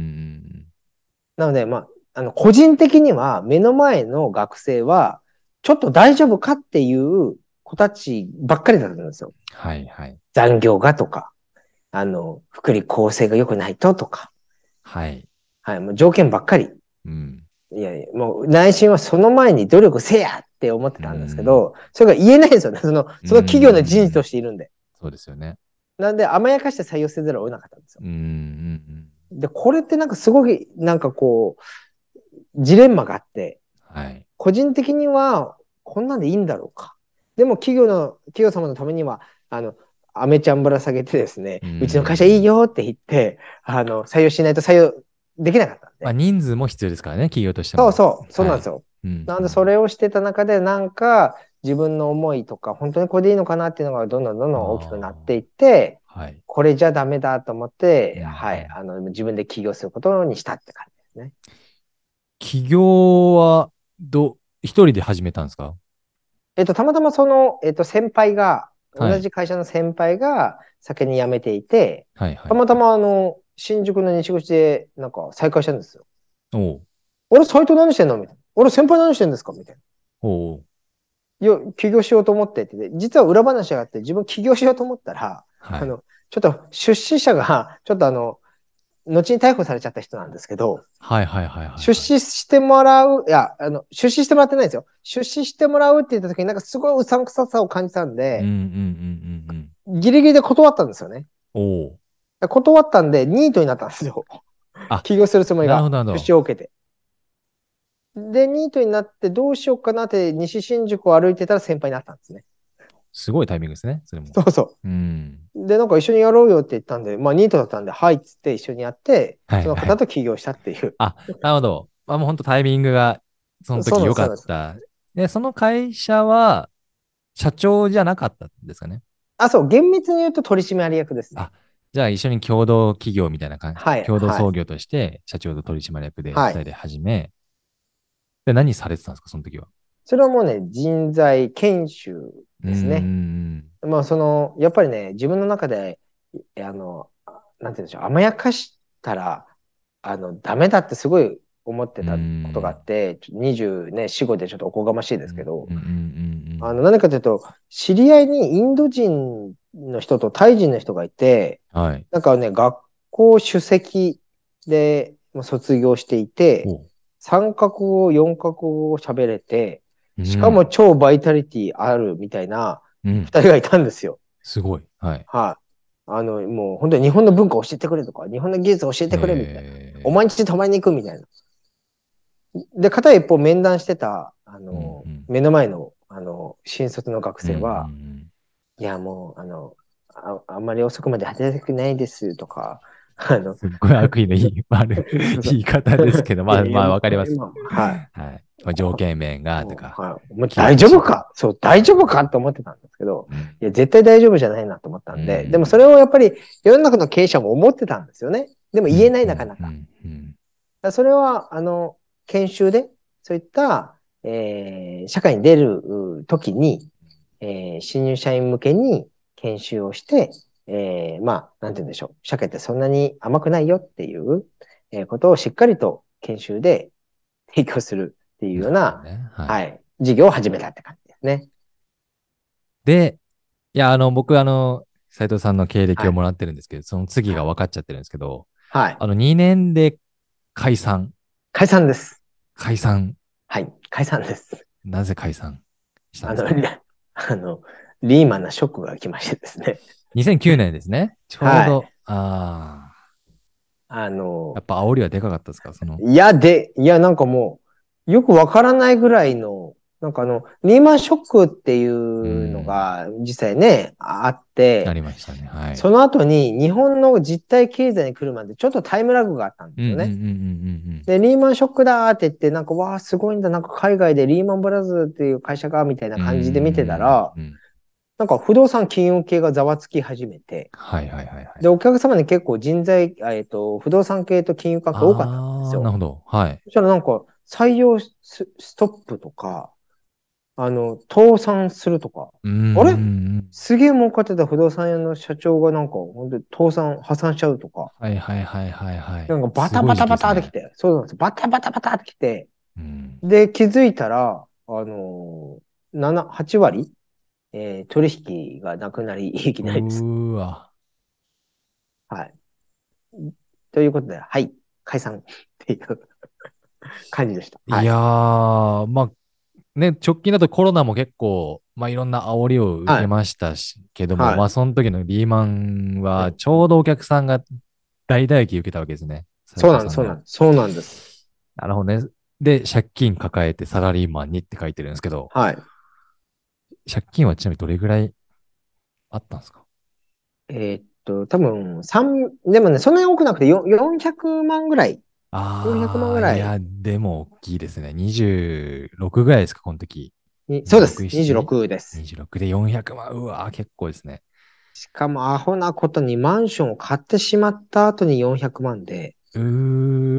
なので、まあ、あの、個人的には、目の前の学生は、ちょっと大丈夫かっていう子たちばっかりだったんですよ。 はいはい。 残業がとか、あの、福利厚生が良くないととか、 はい。 はい、もう条件ばっかり。 うん。 いやいや、もう内心はその前に努力せやって思ってうたんですけん。 ど、それが言えないんですよね。その、 うその企業の人事とん。 しているんで。 そうですよね。 なんで甘やかして採用せざるを得なかったんですよ。 うん。 で、これってなんかすごい、なんかこう、ジレンマがあって、 はい。 個人的にはこんなんでいいんだろうか。でも企業の、企業様のためには、あの、アメちゃんぶら下げてですね、 ううちの会社いいん。 よって言って、あの、採用しないと採用できなかったんまあ、 で。 人数も必要ですからね、企業としても。 そうそう、そうなんはい。 ですよ。 うん。 なんで、そうん。 れをしてた中で、なんか、自分の思いとか、本当にこれでいいのかなっていうのが、どんどんどんどん大きくなっていあって、 あ。はい。 これじゃダメだと思っうん。 て、 うはい、 ん。 あの、自分で起業することにしたって感じですね。 起業は、ど、一人で始めたんですか。 えっと、たまたまその、えっと、先輩が、 はい。 同じ会社の先輩が先に辞めていて、 はいはい。 たまたまあの、新宿の西口で、なんか再会したんですよ。 おう。 俺、サイト何してんのみたいな。俺、先輩何してんですかみたいな。 おう。 いや、起業しようと思ってって言って、実は裏話があって、自分起業しようと思ったら、 はい。 あの、ちょっと出資者が、ちょっとあの、後に逮捕されちゃった人なんですけど、 はいはいはいはい出はい。 資してもらう、いや、あの、出資してもらってないんですよ。出資してもらうって言った時になんかすごいうさんくささを感じたんで、 うんうんうんうんうん。 ギリギリで断ったんですよね。 おう。 断ったんで、ニートになったんですよ。 あ、 起業するつもりが、 なるほどなるほど。 出資を受けて。で、ニートになってどうしようかなって西新宿を歩いてたら先輩になったんですね。 すごいタイミングですね、それも。 そうそうん。 う。で、なんか一緒にやろうよって言ったんで、まあニートだったんで、はいっつって一緒にやって、そのはいはい。 方と起業したっていう。 あ、なるほど。まあ、もう本当タイミングが、そのそうなんです、そう時良かなんです。 った。で、その会社は、社長じゃなかったんですかね。 あ、そう、厳密に言うと取締役ですね。 あ、じゃあ一緒に共同企業みたいな感じ、 はい、はい、 共同創業として、社長と取締役ではい。 二人で始め、で、何されてたんですか、その時は。 それはもうね、人材研修うーですね。 ん。 まあ、その、やっぱりね、自分の中で、あの、なんて言うんでしょう、甘やかしたら、あの、ダメだってすごい思ってうーたことがあん。 って、にじゅうね、よん、ごでちょっとおこがましいですけど、 うんうんうんあの、何かというと、知り合いにインド人の人とタイ人の人がいて、 うん。はい。 なんかね、学校首席でもう卒業していて、 おう。 さんカ国語、よんカ国語を喋れて、 うしかもん。 超バイタリティあるみたいなうん。 二人がいたんですよ。 すごい。はい。 はい。あの、もう本当に日本の文化を教えてくれとか、日本の技術を教えてくれみたいな。おえ前んち泊まりに行くみたいな。で、片一方面談してた、あー。うんの、 うん。 目の前の、あの、新卒の学うんうんう生は、 ん。 いや、もう、あの、あ、あんまり遅くまで働きたくないですとか、 あの、 すっごい悪意のいい、悪い言い方ですけど、まあ、まあ、わかります。 はい。 はい。まあ、条件面がとか。 はい。もう大丈夫かそう、大丈夫かと思ってたんですけど、うん、いや、絶対大丈夫じゃないなと思ったんで、うん、でもそれをやっぱり世の中の経営者も思ってたんですよね。でも言えない、なかなか。うんうんうん、それは、あの、研修で、そういった、えー、社会に出るときに、えー、新入社員向けに研修をして、えー、まあ、なんて言うんでしょう。社会ってそんなに甘くないよっていう、えー、ことをしっかりと研修で提供するっていうような、ね、はい、はい、事業を始めたって感じですね。 で、いや、あの、僕、あの、斉藤さんの経歴をもらってるんですけど、はい、その次が分かっちゃってるんですけど、はい。あの、にねんで解散。 解散です。 解散。 はい、解散です。 なぜ解散したんですか？ あの、あのリーマンなショックが来ましてですね。 にせんきゅうねんですね。ちょうど、はい、ああ。あの、 やっぱ煽りはでかかったですか？その。 いや、で、いや、なんかもう、よくわからないぐらいの、なんかあの、リーマンショックっていうのが実際ね、あって、 ありましたね。はい。 その後に日本の実体経済に来るまでちょっとタイムラグがあったんですよね。で、リーマンショックだって言って、なんか、わあ、すごいんだ、なんか海外でリーマンブラザーズっていう会社が、みたいな感じで見てたら、なんか不動産金融系がざわつき始めて、 はいはいはい、はい。 で、お客様に結構人材、えっと、不動産系と金融関係多かったんですよ。 なるほど。はい。 そしたらなんか、採用ストップとか、あの、倒産するとか、あれすげえ儲かってた不動産屋の社長がなんか、本当に倒産、破産しちゃうとか。 はいはいはいはいはい。 なんかバタバタバタってきて、ね、そうなんです。バタバタバタってきて、うん、で、気づいたら、あのー、なな、はち割、えー、取引がなくなり、いきなりです。うわ。はい。ということで、はい、解散っていう感じでした。 はい、いやー、まあ、ね、直近だとコロナも結構、まあ、いろんな煽りを受けましたし、はい、けども、はい、まあ、その時のリーマンは、ちょうどお客さんが大打撃受けたわけですね。 そうなんです、そうなんです。そうなんです。 なるほどね。で、借金抱えてサラリーマンにって書いてるんですけど、はい。借金はちなみにどれぐらいあったんですか？ えー、っと、多分、三でもね、そんなに多くなくてよんひゃくまんぐらい。 ああ。よんひゃくまんぐらい。いや、でも大きいですね。にじゅうろくぐらいですか、この時。 そうです。にじゅうろくです。 にじゅうろくでよんひゃくまん。うわ結構ですね。 しかも、アホなことにマンションを買ってしまった後によんひゃくまんで。うー。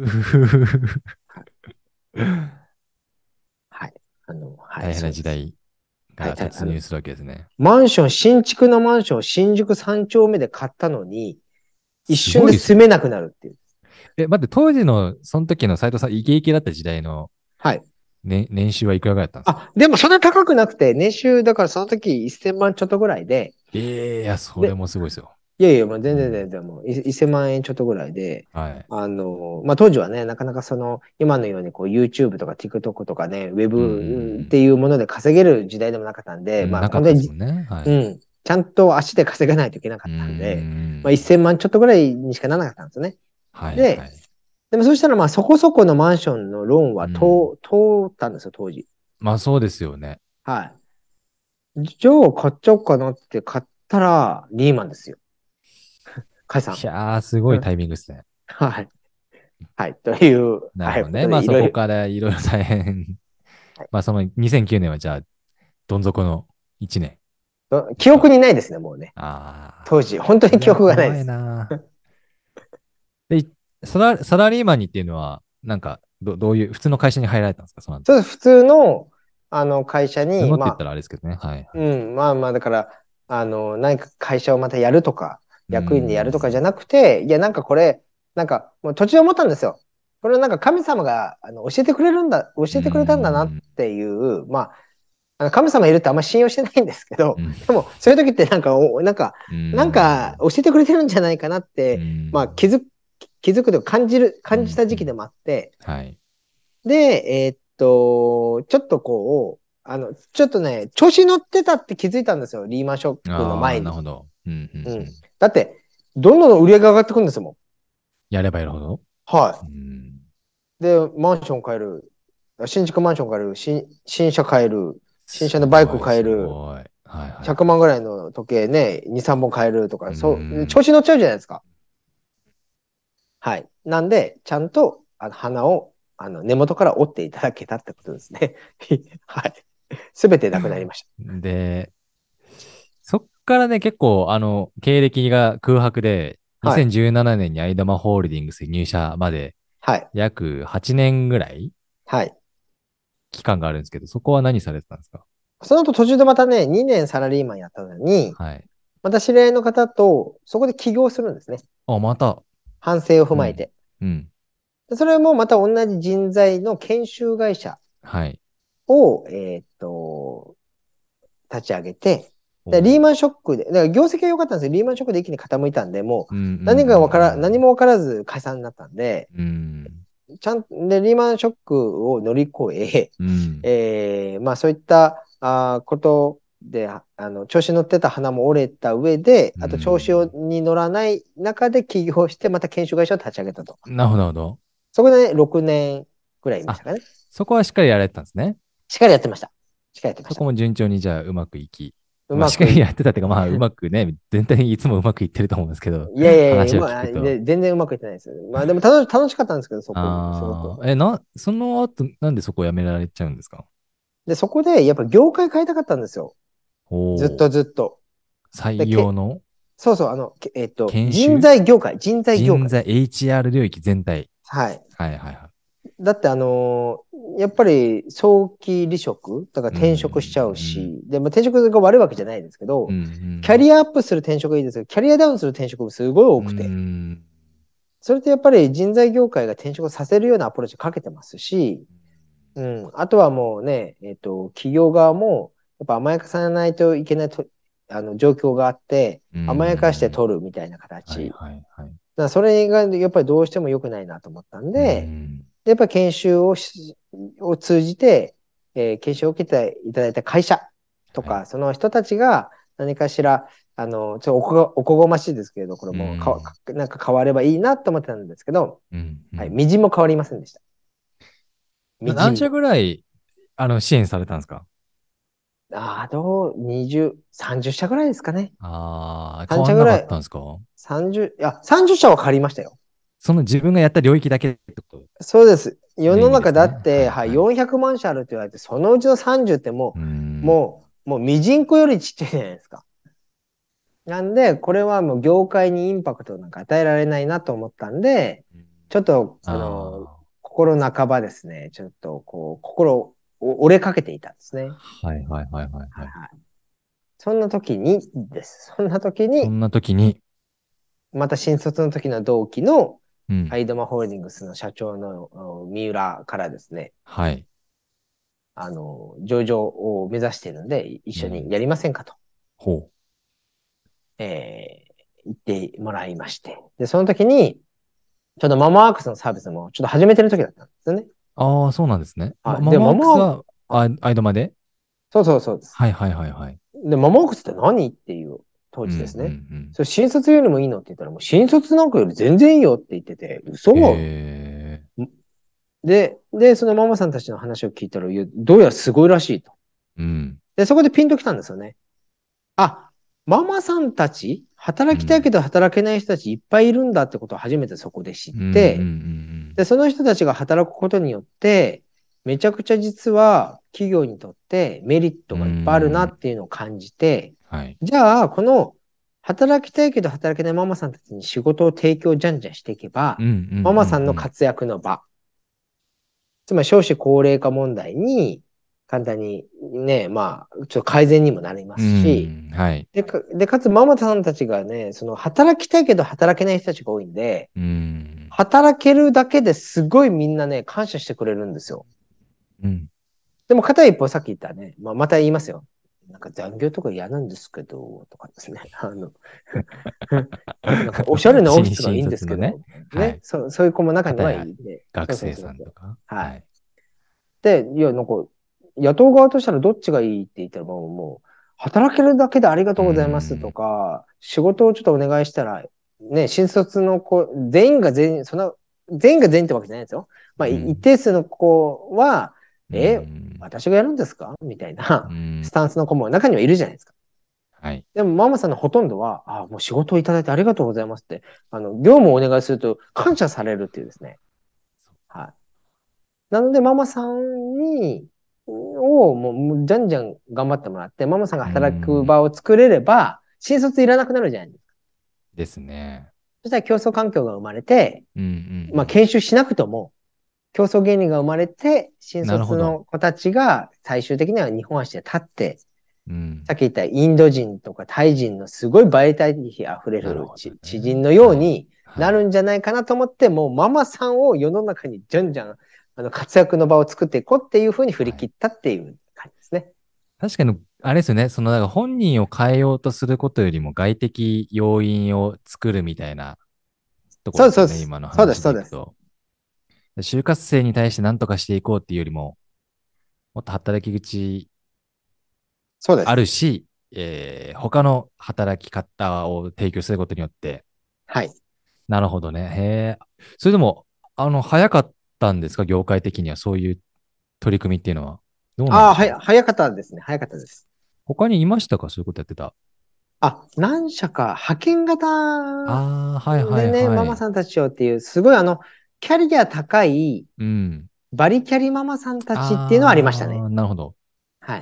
はい。あの、はい。 大変な時代が突入するわけですね。はい、 マンション、新築のマンションを新宿さん丁目で買ったのに、一瞬で住めなくなるっていう。 え、待って、当時の、その時の斉藤さん、イケイケだった時代の、 はい。 ね、年収はいくらぐらいだったんですか？ あ、でもそんな高くなくて、年収、だからその時せんまんちょっとぐらいで。 ええー、いや、それもすごいですよ。 いやいや、もう全然全然、もうせんまん円ちょっとぐらいで、はい、あの、まあ、当時はね、なかなかその、今のようにこう YouTube とか TikTok とかね、ウェブっていうもので稼げる時代でもなかったんで、うん、まあ、本当に、ねはい、うん、ちゃんと足で稼がないといけなかったんで、んまあ、せんまんちょっとぐらいにしかならなかったんですね。はい、で、はい、でもそしたらまあそこそこのマンションのローンは通、うん、通ったんですよ、当時。 まあそうですよね。 はい。じゃあ買っちゃおうかなって買ったら、リーマンですよ。解散。 いやー、すごいタイミングですね。 うん、はい。はい。という。 なるほどね。はい、まあそこからいろいろ大変。はい、まあそのにせんきゅうねんはじゃあ、どん底のいちねん。記憶にないですね、もうね。あ当時、本当に記憶がないです。なでサラ、サラリーマンにっていうのは、なんかど、どういう、普通の会社に入られたんですか？そのそうです。普通の、あの、会社に。 普通のって言ったらあれですけどね。まあ、はい。 うん。まあまあ、だから、あの、何か会社をまたやるとか、役員でやるとかじゃなくて、いや、なんかこれ、なんか、もう途中思ったんですよ。これなんか神様があの教えてくれるんだ、教えてくれたんだなっていう、まあ、あの神様いるってあんま信用してないんですけど、うん、でもそういう時ってなんか、なんか、なんか教えてくれてるんじゃないかなって、まあ気づ、気づくと感じる、感じた時期でもあって、はい、で、えー、っと、ちょっとこう、あの、ちょっとね、調子に乗ってたって気づいたんですよ、リーマンショックの前に。なるほど。うんうんうんうん、だって、どんどん売り上げ上がってくるんですもん。 やればやるほど。 はい。うん、で、マンション買える。新築マンション買える。新新車買える。新車のバイク買える。はいはい、ひゃくまんぐらいの時計ね、に、さんぼん買えるとか、そう、調子乗っちゃうじゃないですか。 はい。なんで、ちゃんと、あの、花を、あの、根元から折っていただけたってことですね。はい。すべてなくなりました。 で、そっからね、結構、あの、経歴が空白で、 はい。 にせんじゅうななねんにアイダマホールディングス入社まではい。 約はちねんぐらいはい。 期間があるんですけど、そこは何されてたんですか？ その後途中でまたね、にねんサラリーマンやったのに、 はい。 また知り合いの方と、そこで起業するんですね。 あ、また。 反省を踏うん。 まえて。 うん。 でそれもまた同じ人材の研修会社はい。 を、えーっと、立ち上げて、でリーマンおー。 ショックで、だから業績は良かったんですよ。リーマンショックで一気に傾いたんで、もううんうんう何がわから、何んもわからず解散になったんで、 うん。うん。 ちゃんで、リーマンショックを乗り越え、 うん。 えー、まあそういったあことで、あの、調子に乗ってた花も折れた上で、 うあと調子をん。 に乗らない中で起業して、また研修会社を立ち上げたと。 なるほど、なるほど。 そこでね、ろくねんくらいいましあ、 たかね。 そこはしっかりやられてたんですね。 しっかりやってました。しっかりやってました。 そこも順調にじゃあうまくいき。まあしっかうまくい、 りやってたっていうか、まあうまくね、全体にいつもうまくいってると思うんですけど、 いやいやいや、 話をまあ、 聞くと。 で全然うまくいってないです。まあでも楽し楽しかったんですけど、そこもすごく。 ああ、え、な、その後、なんでそこを辞められちゃうんですか？ で、そこでやっぱ業界変えたかったんですよ。ずっおお、 とずっと。で、 採用け、 のそうそう、あの、けえっと、人研修材業界、人材業人材、 界です。 エイチアール 領域全体。 はい。 はいはいはだってあのーやっぱり早期離職だからい。う転職しちゃうん、 し、でも転職が悪いわけじゃないですけうん、 ど、 うん、 キャリアアップする転職がいいですけど、キャリアダウンする転職もすごいうん、う多くて、 ん、 それってやっぱり人材業界が転職させるようなアプローチかけてますし、うん、あとはもうね、えっと、企業側も、やっぱ甘やかさないといけないとあの状況があって、 う甘やかしてん。 取るみたいなはい形。 はいはい。 だからそれがやっぱりどうしても良くないなと思ったんうで、 ん、 やっぱり研修をしを通じて、えー研修を受けていただいた会社とはい。 か、その人たちが何かしら、あの、ちょっとおこおこがましいですけれど、これうもかわん、 なんか変わればいいなと思ってたんですけど、 うん、うはい、 ん。 みじんも変わりませんでした。みじ何社んも。 ぐらい、あの、支援されたんですか？ ああ、どう、にじゅう、さんじゅっ社ぐらいですかね。 ああー、変さんわんなか社ぐらい、 ったんですか？ さんじゅう、いや、さんじゅっ社は変わりましたよ。 その自分がやった領域だけってことそうです。世の意の中味ですね。 だって、はい、 はいはい。 よんひゃくまん社あるって言われて、そのうちのさんじゅうってもうーう、 ん。 もう、もう、ミジンコよりちっちゃいじゃないですか。なんで、これはもう業界にインパクトなんか与えられないなと思ったんで、ちょっと、あの、 あ心半ばですね、ちょっと、こう、心を折れかけていたんですね。 あ。はいはいはいはいはい。 はいはい。そんな時にです。そんな時に、 そんな時に、 また新卒の時の同期のうん。 アイドマホールディングスの社長の三浦からですね、 はい。 あの、上場を目指しているので、一うん。 緒にやりませんかと、 ほえー、言ってもらいまして。で、その時に、ちょうどママワークスのサービスもちょっと始めてる時だったんですよね。 う。ああ、そうなんですね。ま、 はい。で、 ママワママワークス、 ークスは、あ、アイドマでそうそうそうです。 はいはいはいはい。 で、ママワークスって何っていう当うんう時ですね。 んそれ新卒よりもいいのって言ったら、もう新卒なんかより全然いいよって言ってて、 うん。 嘘へえ。 で、で、そのママさんたちの話を聞いたら、どうやらすごいらしいと。 うん。 で、そこでピンときたんですよね。あ、ママさんたち、働きたいうん。 けど働けない人たちいっぱいいるんだってことを初めてそこで知っうんうんうて、 んで、その人たちが働くことによって、めちゃくちゃ実は企業にとってメリッうん。うトがいっぱいあるなん。 っていうのを感じて、 はい。 じゃあ、この働きたいけど働けないママさんたちに仕事を提供じゃんじゃんしていけば、 うんうんうんママさんのうん。 活躍の場、つまり少子高齢化問題に簡単にね、まあ、ちょっと改善にもなりまうすし、 ん。はい。 で、かでかつママさんたちがね、その働きたいけど働けない人たちが多いんで、 うん。 働けるだけですごいみんなね、感謝してくれるんですよ。 うん。 でも片一方さっき言ったね、まあ、また言いますよ。なんか残業とか嫌なんですけど、とかですね。あのなんかおしゃれなオフィ新、 スがいいん新卒のね。 ですけど、ね、 はい。 そう、そういう子も中に片やはいて、そうそう学生そうそう。 さんとか。 はい。 はい。 で、いや、なんか、野党側としたらどっちがいいって言ったらもう、もう、働けるだけでありがうとうございますとん。 か、仕事をちょっとお願いしたら、ね、新卒の子、全員が全員、そんな、全員が全員ってわけじゃないですよ。まあ、一うん。 定数の子は、 うえ、 ん。 私がやるんですかみたいなうスん。 タンスの子も中にはいるじゃないですか。 はい。 でもママさんのほとんどは、あ、もう仕事をいただいてありがとうございますって、あの、業務をお願いすると感謝されるっていうですね。はい。なので、ママさんに、をもう、じゃんじゃん頑張ってもらって、ママさんがうー働くん。 場を作れれば、新卒いらなくなるじゃないですか。 ですね。 そしたら競争環境が生まれて、 うんうんうまあ、 ん。 研修しなくとも、競争原理が生まれて、新卒なるほど。 の子たちが最終的には日本足で立って、 うん。 さっき言ったインド人とかタイ人のすごいバイタリティ溢れなるほどる知知ね。 人のようはい。 になはい。 るんじゃないかなと思って、もうママさんを世の中にじゃんじゃんあの活躍の場を作っていこうっていうふうに振りはい。 切ったっていう感じですね。 確かに、あれですよね。その、なんか本人を変えようとすることよりも外的要因を作るみたいなとこそうです、 ですよね。 そうです。 今のそうです、 話そうです。 でいくと。就活生に対して何とかしていこうっていうよりも、もっと働き口あそうです。 るし、えー他の働き方を提供することによって、 はい。 なるほどね。へえ。それでも、あの、早かったんですか業界的にはそういう取り組みっていうのは。どうなんああ、 でしょう。 はや、早かったですね。早かったです。 他にいましたかそういうことやってた。 あ、何社か派遣型ああ、はいはいでね、 はい。 ママさんたちをっていう、すごいあの、キャリア高いうん。 バリキャリママさんたちっていうのはありましたね。 ああ、なるほど。 はい。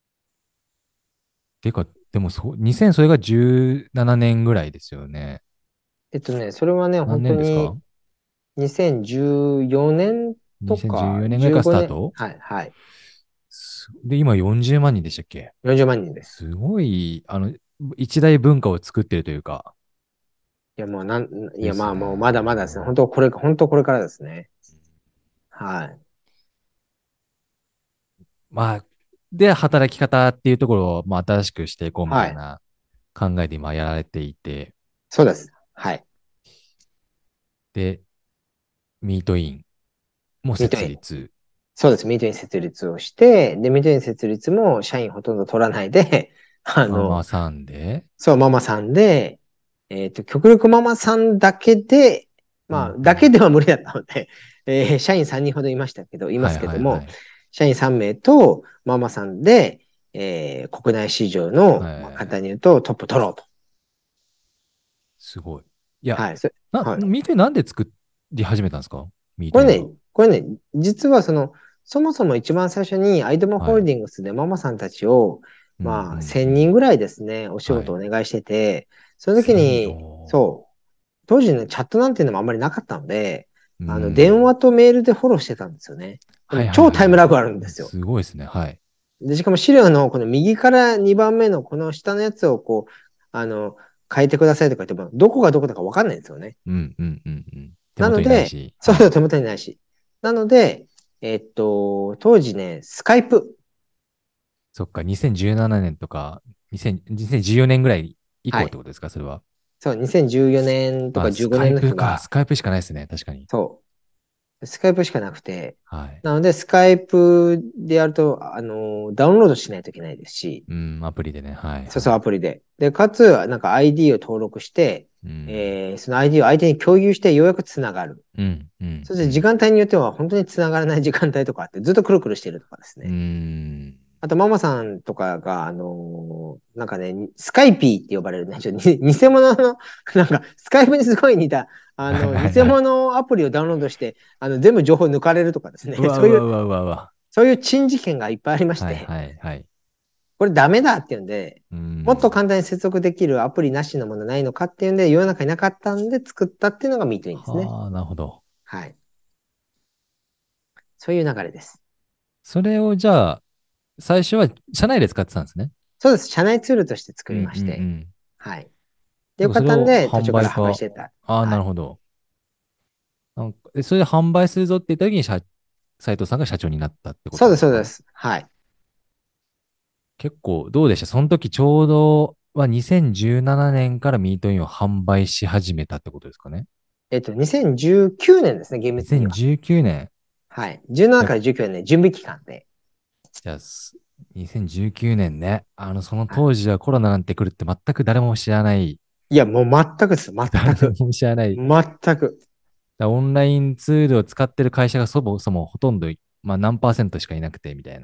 てか、でもそう、にせん、それがじゅうななねんぐらいですよね。 えっとね、それはね、 何本当に年ですか？ にせんじゅうよねんとかにせんじゅうよ 年ぐらい 15 からスター年、 トはい、はい。 すで、今よんじゅうまん人でしたっけ？ よんじゅうまん人です。 すごい、あの、一大文化を作ってるというか、 いや、もうなん、いや、 ですまあもうまだまだですね。 ね。 本当これ、本当これからですね。はい。 まあ、で、働き方っていうところを、まあ、新しくしていこうみたはい。 いな考えで今やられていて、 そうです。はい。 で、ミートインもミートイン。 設立。 そうです。ミートイン設立をして、で、ミートイン設立も社員ほとんど取らないで、あママの、 さんで、 そう、ママさんで、えっと、極力ママさんだけで、まあ、 うんうん。 だけでは無理だったので、えー社員さんにんほどいましたけど、いまはいすけども、 はいはい。 社員さん名とママさんで、えー国内市場の、まあ、簡単はい。 に言うとトップ取ろうと。 すごい。いや、 はい。そな、 はい。 ミートインなんで作り始めたんですかミーこれね、 トインは。 これね、実はその、そもそも一番最初にアイドマホールはい。 ディングスでママさんたちを、 うんうまあ、 んう 1000 ん。 人ぐらいですね、お仕はい。 事をお願いしてて、その時千人、 に、 おそう、当時ね、チャットなんていうのもあんまりなかったので、 ー。うあの、電ん。 話とメールでフォローしてたんですよね。でもはいはい超はいはい。 タイムラグあるんですよ。 すごいですね。はい。 で、しかも資料のこの右からにばんめのこの下のやつをこう、あの、変えてくださいとか言っても、どこがどこだかわかんないんですよね。 うんうんうんうん。手元なので、 にないし。はい。 そうそう手元にないし。なので、えっと、当時ね、スカイプ。 そっか、にせんじゅうななねんとか、にせん、にせんじゅうよねんぐらい以はい。 降ってことですか、それは。 そう、にせんじゅうよねんとかあ、 15年スカイプか。 の時は、 スカイプしかないですね。確かに。 そう、スカイプしかなくて、 はい。 なので、スカイプでやると、あの、ダウンロードしないといけないですし、 うん、アプリでね。はいそうそう、 はい。 アプリで。で、かつ、なんか アイディー を登録して、 うん。 えーその アイディー を相手に共有してようやくつながる。 うんうんそして時うん。 間帯によっては本当につながらない時間帯とかあって、ずっとくるくるしてるとかですうーね。 ん。 あと、ママさんとかが、あのーなんかね、スカイピーって呼ばれるね、ちょっとに偽物の、なんか、スカイプにすごい似た、あはいの、偽はいはい。 物アプリをダウンロードして、あの、全部情報抜かれるとかですね、 うわそういう、 うわうわうわうわ。 そういう珍事件がいっぱいありましはいて、 はいはい。 これダメだっていうんで、 うーもっとん。 簡単に接続できるアプリなしのものないのかっていうんで、世の中になかったんで作ったっていうのがミートインですね。 はあ、なるほど。 はい。そういう流れです。 それをじゃあ、最初は社内で使ってたんですね。 そうです。社内ツールとして作うんうんうりまして。 ん。 はい。で、 でよかったんもそれをで、途中から販売か。 販売してた。 ああ、 はい。 なるほど。なんかえそれで販売するぞって言った時に社、斉藤さんが社長になったってこそうです、 となんですか？ そうです。はい。 結構どうでしたその時ちょうどはにせんじゅうななねんからミートインを販売し始めたってことですかね。 えっと、にせんじゅうきゅうねんですね、厳密には。 にせんじゅうきゅうねん。 はい。じゅうななじゃあ、 からじゅうきゅうねん、準備期間で。 じゃあすにせんじゅうきゅうねんね。あの、そのはい。 当時はコロナなんて来るって全く誰も知らない。 いや、もう全くです。全誰く。 も知らない。 全く。 オンラインツールを使ってる会社がそもそもほとんど、まあ何パーセントしかいなくてみたいな。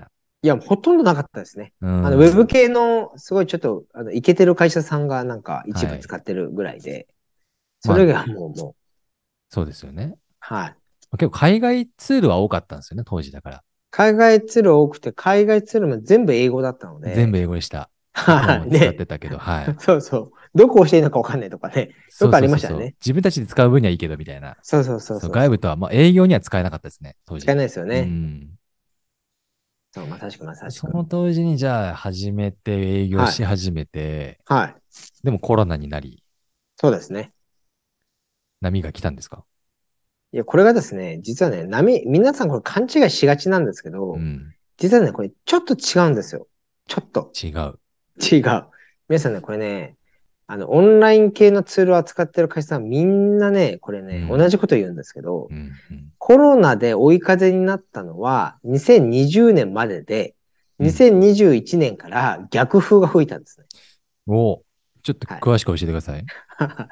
いや、ほとんどなかったですね。 うあの、ウェブ系の、すごいちょっと、あの、イケてる会社さんがなんか一部使ってるぐらいで、はい、それがもう、もう。 そうですよね。 はい。 結構海外ツールは多かったんですよね、当時だから。 海外ツール多くて、海外ツールも全部英語だったので。 全部英語でした。僕も使ってたけど、はい。 そうそう。どこ押していいのか分かんないとかね。よくありましたよね。そうそうそう。 自分たちで使う分にはいいけど、みたいな。 そうそうそうそう。 外部とは、まあ、営業には使えなかったですね、当時。 使えないですよね。 うん。 そう、まさしくまさしく。 その当時に、じゃあ、始めて、営業し始めて、 はい。はい、 でもコロナになり。 そうですね。 波が来たんですか？ いや、これがですね、実はね、波、皆さんこれ勘違いしがちなんですけど、うん、実はね、これちょっと違うんですよ。ちょっと。 違う。 違う。皆さんね、これね、あの、オンライン系のツールを扱ってる会社さんみんなね、これね、うん、同じこと言うんですけど、うんうん、コロナで追い風になったのはにせんにじゅうねんまでで、にせんにじゅういちねんから逆風が吹いたんですね。 うん、おちょっと詳しく教えてください。 はい、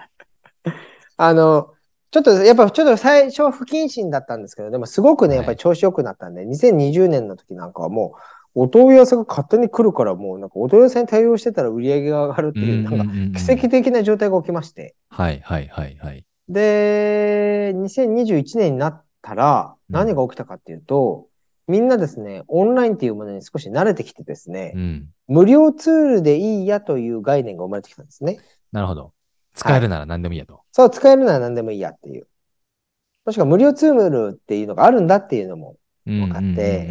あの、ちょっと、やっぱちょっと最初不謹慎だったんですけど、でもすごくね、やっぱり調子良くなったんで、はい、にせんにじゅうねんの時なんかはもう、お問い合わせが勝手に来るから、もうなんかお問い合わせに対応してたら売り上げが上がるっていう、なんか奇跡的な状態が起きまして。 はいはいはいはい。 で、にせんにじゅういちねんになったら、何が起きたかっていうと、うん、みんなですね、オンラインっていうものに少し慣れてきてですね、うん、無料ツールでいいやという概念が生まれてきたんですね。 なるほど。使えるなら何でもいいやと。はい、 そう、使えるなら何でもいいやっていう。もしくは無料ツールっていうのがあるんだっていうのも分かって、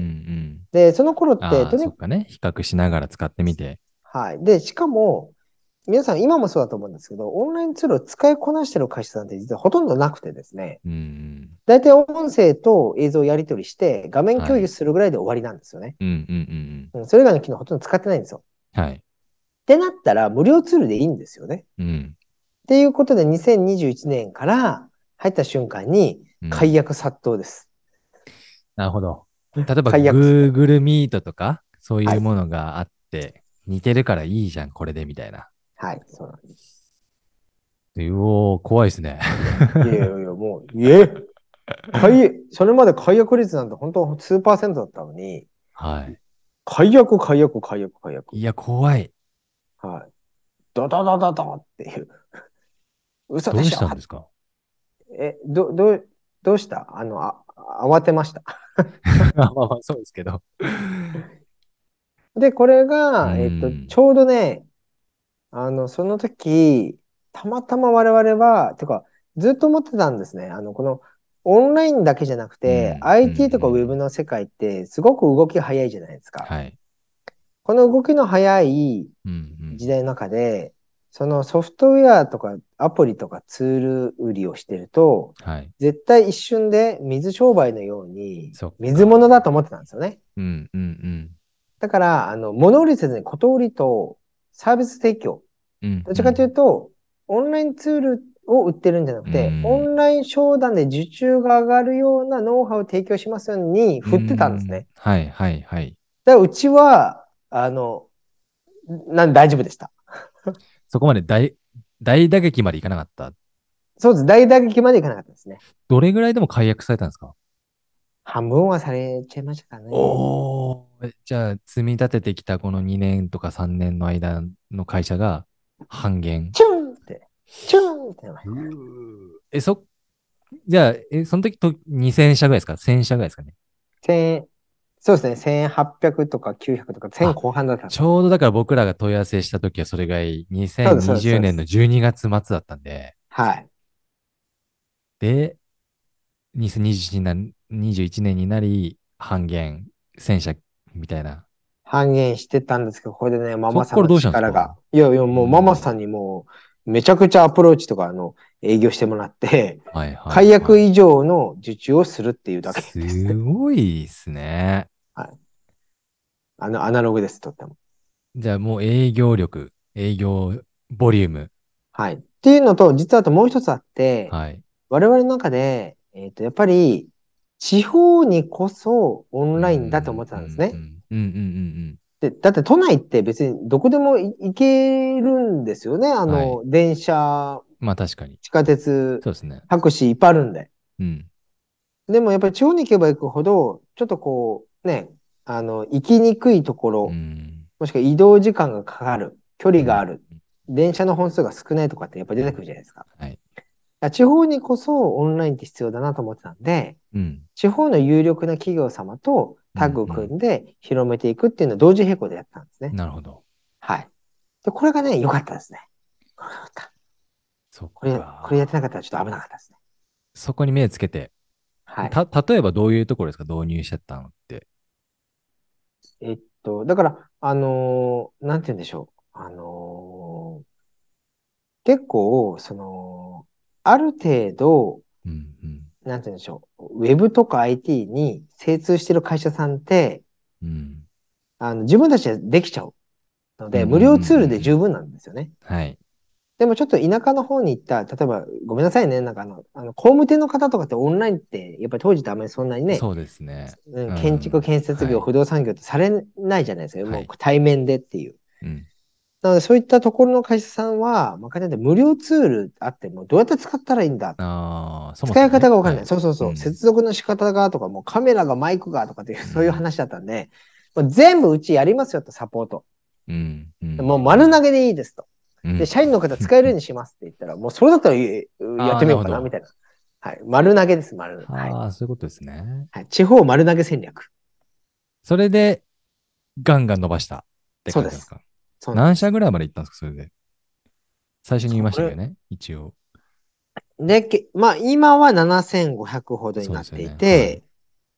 で、その頃って、 とにかくね、比較しながら使ってみて。 はい。で、しかも、皆さん今もそうだと思うんですけど、オンラインツールを使いこなしてる会社さんって実はほとんどなくてですね、大体音声と映像をやり取りして画面共有するぐらいで終わりなんですよね。それ以外の機能ほとんど使ってないんですよ。はい。ってなったら無料ツールでいいんですよね。うん。っていうことでにせんにじゅういちねんから入った瞬間に解約殺到です。 うん、なるほど。例えば Google Meet とかそういうものがあって、はい、似てるからいいじゃん、これでみたいな。 はい、そうなんです。 うおー、怖いですね。 いやいやいや、もう、いえ、解、それまで解約率なんて本当数パーセントだったのに、はい。解約、解約、解約、解約。 いや、怖い。 はい。ドドドドドっていう。嘘でしょ。どうしたんですか？ え、ど、ど、どうしたあの、あ、慌てました。 まあまあ、そうですけど。 で、これが、えっと、ちょうどね、あの、その時、たまたま我々は、てか、ずっと思ってたんですね。あの、この、オンラインだけじゃなくて、うん、アイティー とか Web の世界ってすごく動き早いじゃないですか。はい、この動きの早い時代の中で、そのソフトウェアとかアプリとかツール売りをしてると、はい、絶対一瞬で水商売のように水物だと思ってたんですよね。うんうんうん、だから、あの、物売りせずにこと売りとサービス提供。うんうん、どっちかというと、オンラインツールを売ってるんじゃなくて、うん、オンライン商談で受注が上がるようなノウハウを提供しますように振ってたんですね。 はいはいはい。 だからうちは、あの、なん大丈夫でした。 そこまで大、大打撃までいかなかった？ そうです。大打撃までいかなかったですね。 どれぐらいでも解約されたんですか？ 半分はされちゃいましたかね。 おー、じゃあ、積み立ててきたこのにねんとかさんねんの間の会社が半減。 チュンって、チュンって。 え、そ、じゃあ、え、その時とにせん社ぐらいですか？ せん 社ぐらいですかね。 せん、そうですね。せんはっぴゃくとかきゅうひゃくとかせん後半だった。 ちょうどだから僕らが問い合わせした時はそれがにせんにじゅうねんのじゅうにがつ末だったんで。 はい。 で、にせんにじゅういちねんになり、半減、せん社みたいな。 半減してたんですけど、これでね、ママさんの力が。いやいや、もうママさんにもう、めちゃくちゃアプローチとか、あの、営業してもらって、はいはいはい、解約以上の受注をするっていうだけです。 すごいですね。 はい。あの、アナログです、とっても。 じゃあもう営業力、営業ボリューム。 はい。っていうのと、実はあともう一つあって、はい、我々の中で、えっと、やっぱり、地方にこそオンラインだと思ってたんですね。で、だって都内って別にどこでも行けるんですよね。あの、はい、電車、 まあ確かに。 地下鉄、 そうですね。 タクシーいっぱいあるんで。うん。でもやっぱり地方に行けば行くほど、ちょっとこう、ね、 あの、行きにくいとこうろ、 ん。 もしくは移動時間がかかる、距離うん。 がある、電車の本数が少ないとかってやっぱり出てくるじゃないですか。 はい。 地方にこそオンラインって必要だなと思ってたんで、 うん。 地方の有力な企業様とうん。 タッグをうん。 組んで広めていくっていうのを同時並行でやったんですね。 なるほど。 はい。で、これがね、良かったですね。これ良かった。 そっこれ、これやってなかか。 ったらちょっと危なかったですね。 そこに目つけて。 はい。 た、例えばどういうところですか、導入しちゃったのって。 えっと、だから、あのーなんて言うんでしょう。あのー結構、その、ある程度、 うん。うん。 なんて言うんでしょう。ウェブとか アイティー に精通してる会社さんって、 うん。 あの、自分たちでできちゃうのうん。うで、 ん。うん。 無料ツールでうん。 十分なんですよね。 はい。 でもちょっと田舎の方に行った、例えば、ごめんなさいね、なんかあの、あの工務店の方とかってオンラインって、やっぱり当時ってあんまりそんなにね、 そうですね。 うん、 う建築、 ん。 建設業、 はい。 不動産業ってされないじゃないですか。もうはい。 対面でっていう。 うん。 なので、そういったところの会社さんは、まあ、簡単に無料ツールあっても、どうやって使ったらいいんだ。 ああ、そも使いそもね。 方がわかんない。 はい。 そうそうそう。 うん。 接続の仕方がとか、もうカメラがマイクがとかっていう、 うん。 そういう話だったんで、もう全部うちやりますよと、サポート。 うん。うん。 もう丸投うん。 げでいいですと。で、 うん。 社員の方使えるようにしますって言ったら、もうそれだったらやああ、 ってみようかな、みなるほど。 たいな。はい。丸投げです、丸。はい。 はあ、そういうことですね。 はい。地方丸投げ戦略。 それで、ガンガン伸ばしたってそうです。 感じなんですか？何そうなんです。 社ぐらいまで行ったんですか、それで。最初に言いましたそれ。 けどね、一応。 で、けまあ、今はななせんごひゃくほどになっていそうですよね。はい。 て、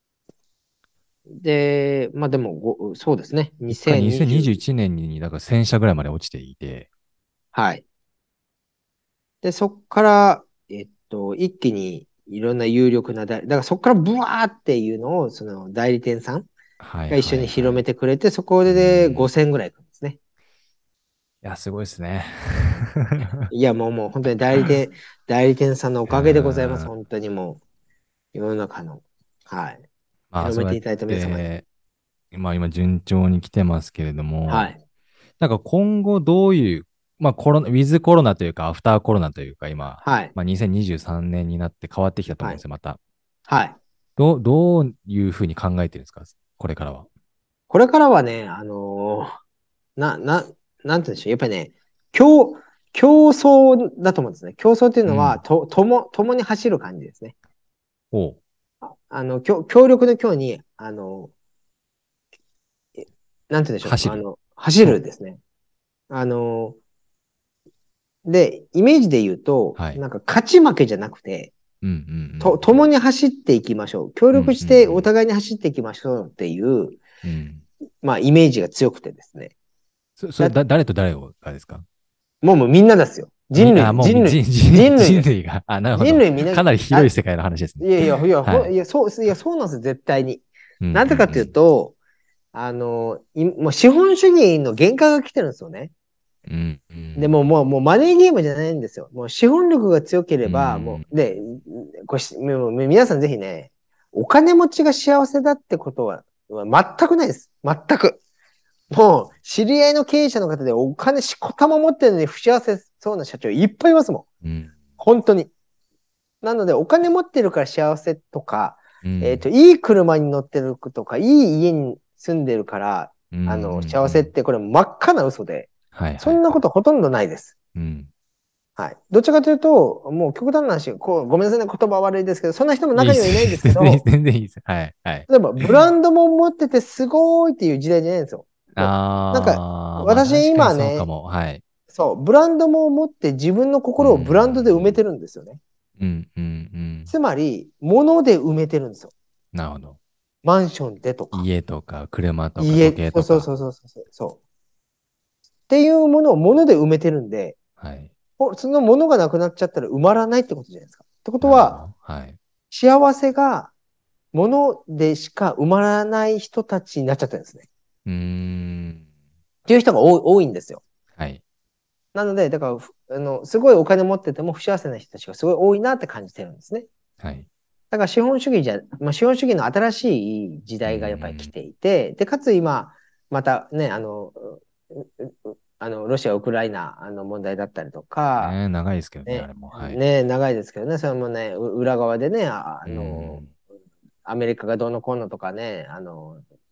で、まあでもご、そうですね。 一回2021 にせんにじゅう、 年に、だからせん社ぐらいまで落ちていて、 はい。で、そっから、えっと、一気にいろんな有力な代、だからそっからブワーっていうのを、その代理店さんはいが一緒に広めはいはい。 てくれて、そこうでん。 ごせんぐらいいくんですね。 いや、すごいですね。 いや、もうもう本当に代理店、代理店さんのおうかげでございます。 ん。 本当にもう、世の中の、はい。 まあ、そうやっ広めていただいた皆様に。 て、まあ今順調に来てますけれども、 はい。 なんか今後どういう、まあコロナ、ウィズコロナというか、アフターコロナというか、今、 はい。 まあにせんにじゅうさんねんになって変わってきたと思はい。 うんですよ、また。 はい。 どう、どういうふうに考えてるんですか、これからは。 これからはね、あのーな、な、なんて言うんでしょう。やっぱりね、競、競争だと思うんですね。競争っていうのは、 うん。 と、とも、共に走る感じですね。 おう。 ああの、協協力の協に、あの、えなんて言うんでしょう。 走る。 あの、走そう。 るですね。あの、で、イメージで言うと、 はい。 なんか勝ち負けじゃなくて、 うんうんうと、 ん共に走っていきましょう。協うん。うんう力しておん互いに走っていきましょうっていう、 うん。うん。 まあ、イメージが強くてですね。 そ、それ、 だ、 だ、誰と誰をがですか？ もうもうみんなですよ。 み、あ、 人類、 もうみ、人、 人類、 人、 人類です。 人類が。あ、なるほど。 人類みんな、 かなり広いあ、 世界の話ですね。 いやいや、いや、ほ、 はい。 いや、そう、いや、そうなんですよ、絶対に。 うんうんうなぜかというん。 と、あの、いもう資本主義の限界が来てるんですよね。 うんうでももう、もうマネーゲームじゃないんですよ。もう資本力が強ければ、もん。 う、で、こし、もう皆さんぜひね、お金持ちが幸せだってことは、全くないです。全く。もう、知り合いの経営者の方でお金しこたま持ってるのに不幸せそうな社長いっぱいいますもん。 うん。 本当に。なので、お金持ってるから幸せとか、 うん。 えっと、いい車に乗ってるとか、いい家に住んでるから、 うん。うん。 あの、 うん。 幸せってこれ真っ赤な嘘で、 はいはそんないはい。 ことほとんどないです。 うん。 はい。どちらかというと、もう極端な話、こう、ごめんなさいね、言葉悪いですけど、そんな人もいいっす。 中にはいないんですけ全然いいっす。 ど、 全然いいっす。はい。はい。 例えば、ブランドも持っててすごいっていう時代じゃないんですよ。もう、なんか、 あー、まあ私確かに今ね、 そうかも。はい。 そう、ブランドも持って自分のう心をブランドで埋めん。 てるんですよね。 うん。うん。うん。 つまり、物で埋めてるんですよ。 なるほど。 マンションでとか。 家とか車とか時家、そうそう計とか。 そうそうそう。そうっていうものを物で埋めてるんで、 はい。 その物がなくなっちゃったら埋まらないってことじゃないですか。ってことは、 なるほど。はい。 幸せが物でしか埋まらない人たちになっちゃったんですね。 うーん。 っていう人が多いんですよ。 はい。 なので、だから、あの、すごいお金持ってても不幸せな人たちがすごい多いなって感じてるんですね。 はい。 だから資本主義じゃ、まあ、資本主義の新しい時うー代がやっぱり来ん。 ていて、で、かつ今、またね、あの、あの、ロシア、ウクライナの問題だったりとか、 ね、長いですけどね、あね、 れも。はい。 ね、長いですけどね、それもね、裏側でね、あうーの、 ん。 アメリカがどうのこうのとかね、あの、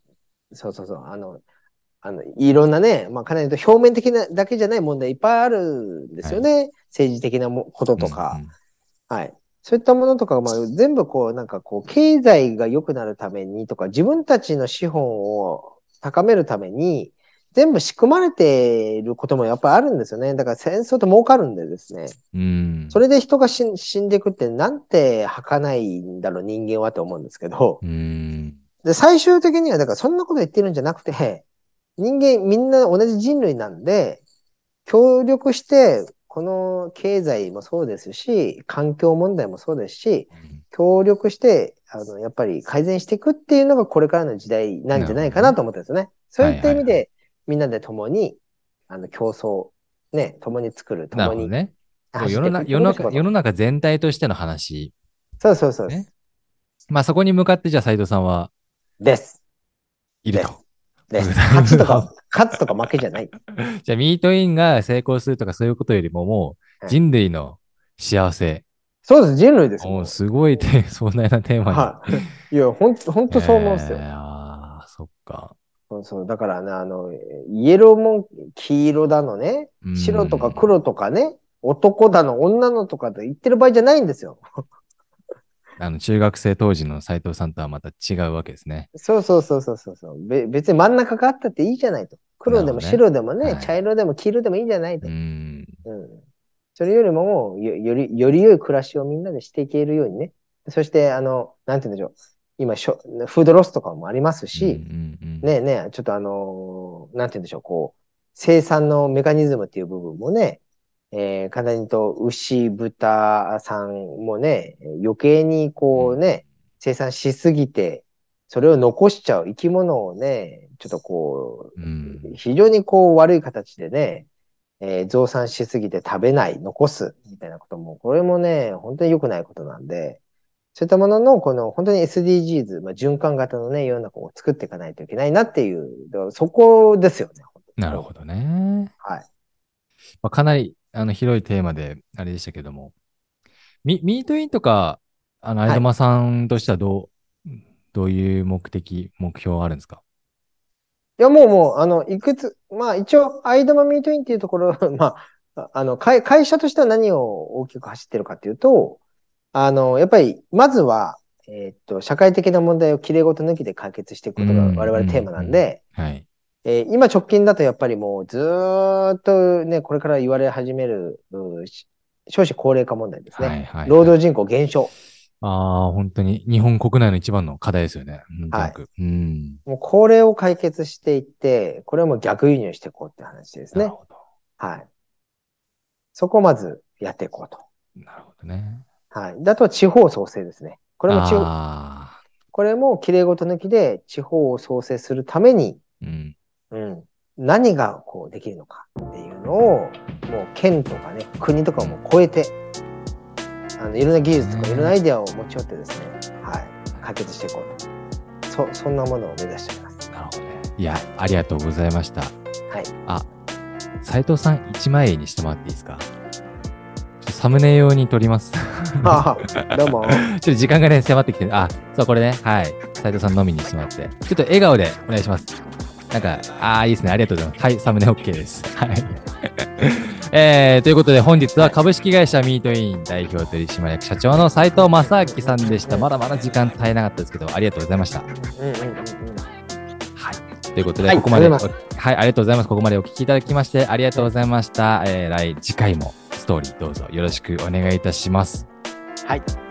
そうそうそう、あの、あの、いろんなね、まあ、かなり表面的なだけじゃない問題いっぱいあるんですよね。はい、政治的なもこととか、うんうん。はい。そういったものとか、まあ、全部こう、なんかこう、経済が良くなるためにとか、自分たちの資本を高めるために、全部仕組まれていることもやっぱりあるんですよね。だから戦争って儲かるんでですね。うん、それで人が死んでいくってなんて儚いんだろう、人間はって思うんですけど。うん、で、最終的には、だからそんなこと言ってるんじゃなくて、人間みんな同じ人類なんで、協力して、この経済もそうですし、環境問題もそうですし、協力して、あの、やっぱり改善していくっていうのがこれからの時代なんじゃないかなと思ってるんですよね。そういった意味で、はいはいはい、みんなで共に、あの、競争、ね、共に作る、共に走っていくっていうこと。 世の中全体としての話、 ね。そうそうそうです。 まあそこに向かってじゃあ斉藤さんは、 です。 いると。 です。勝つとか、勝つとか負けじゃない。 じゃあ、ミートインが成功するとかそういうことよりも、もう人類の幸せ。はい、 そうです、人類です。 もうすごいて壮大なテーマに。 はい。いや、ほんと、ほんとそう思うんですよ。えー、ああ、そっか。 そうそう。だからね、あの、イエローも黄色だのね、白とか黒とかね、男だの女のとかと言ってる場合じゃないんですよ。 あの中学生当時の斉藤さんとはまた違うわけですね。 そうそうそうそうそう。べ別に真ん中があったっていいじゃないと。黒でも白でもね、ね、はい、茶色でも黄色でもいいじゃないと。うん、うん。それよりもよ、より、より良い暮らしをみんなでしていけるようにね。そして、あの、なんて言うんでしょう。今しょ、フードロスとかもありますし、うんうんうん、ねえねえ、ちょっとあの、なんて言うんでしょう。こう、生産のメカニズムっていう部分もね、えー、かなりと牛、豚さんもね、余計にこうね、うん、生産しすぎて、それを残しちゃう生き物をね、ちょっとこう、うん、非常にこう悪い形でね、えー、増産しすぎて食べない、残す、みたいなことも、これもね、本当に良くないことなんで、そういったものの、この本当に エスディージーズ、まあ、循環型のね、世の中を作っていかないといけないなっていう、そこですよね。 なるほどね。 はい。 まあ、かなりあの広いテーマで、あれでしたけども、ミミートインとか、あの、相玉さんとしてはどう、はい、どういう目的、目標があるんですか？ いや、もうもう、あの、いくつ、まあ一応、アイドマミートインっていうところ、まあ、あの、会、会社としては何を大きく走ってるかっていうと、あの、やっぱり、まずは、えー、っと、社会的な問題をきれいごと抜きで解決していくことが我々テーマなんで、はい。えー、今直近だとやっぱりもうずーっとね、これから言われ始める、少子高齢化問題ですね。はいはいはい、労働人口減少。 ああ、本当に日本国内の一番の課題ですよね。 はい。うん、もうこれを解決していって、これをもう逆輸入していこうって話ですね。なるほど。はい。そこをまずやっていこうと。 なるほどね。 はい。で、あとは地方創生ですね。これも地方、これもきれいごと抜きで地方を創生するために、うん。うん。何がこうできるのかっていうのを、もう県とかね、国とかも超えて、あのいろんな技術とかいろんなアイデアを持ち寄ってですね、はい、解決していこうと。そ、そんなものを目指しております。 なるほどね。いや、ありがとうございました。はい。 あ、 斉藤さん一枚絵にしてもらっていいですか？サムネ用に撮ります。 ああ、どうも。 ちょっと時間がね、迫ってきて、あ、そう、これね、はい。斉藤さんのみにしてもらって、ちょっと笑顔でお願いします。なんか、ああ、いいですね。ありがとうございます。はい、サムネ OK です。はい。えー、ということで、本日は株式会社ミートイン代表取締役社長の斉藤正明さんでした。まだまだ時間足りなかったですけど、ありがとうございました。うんうんうんうん。はい。ということで、ここまで、はい、はい、ありがとうございます。ここまでお聞きいただきまして、ありがとうございました。えー、来、次回もストーリーどうぞよろしくお願いいたします。 はい。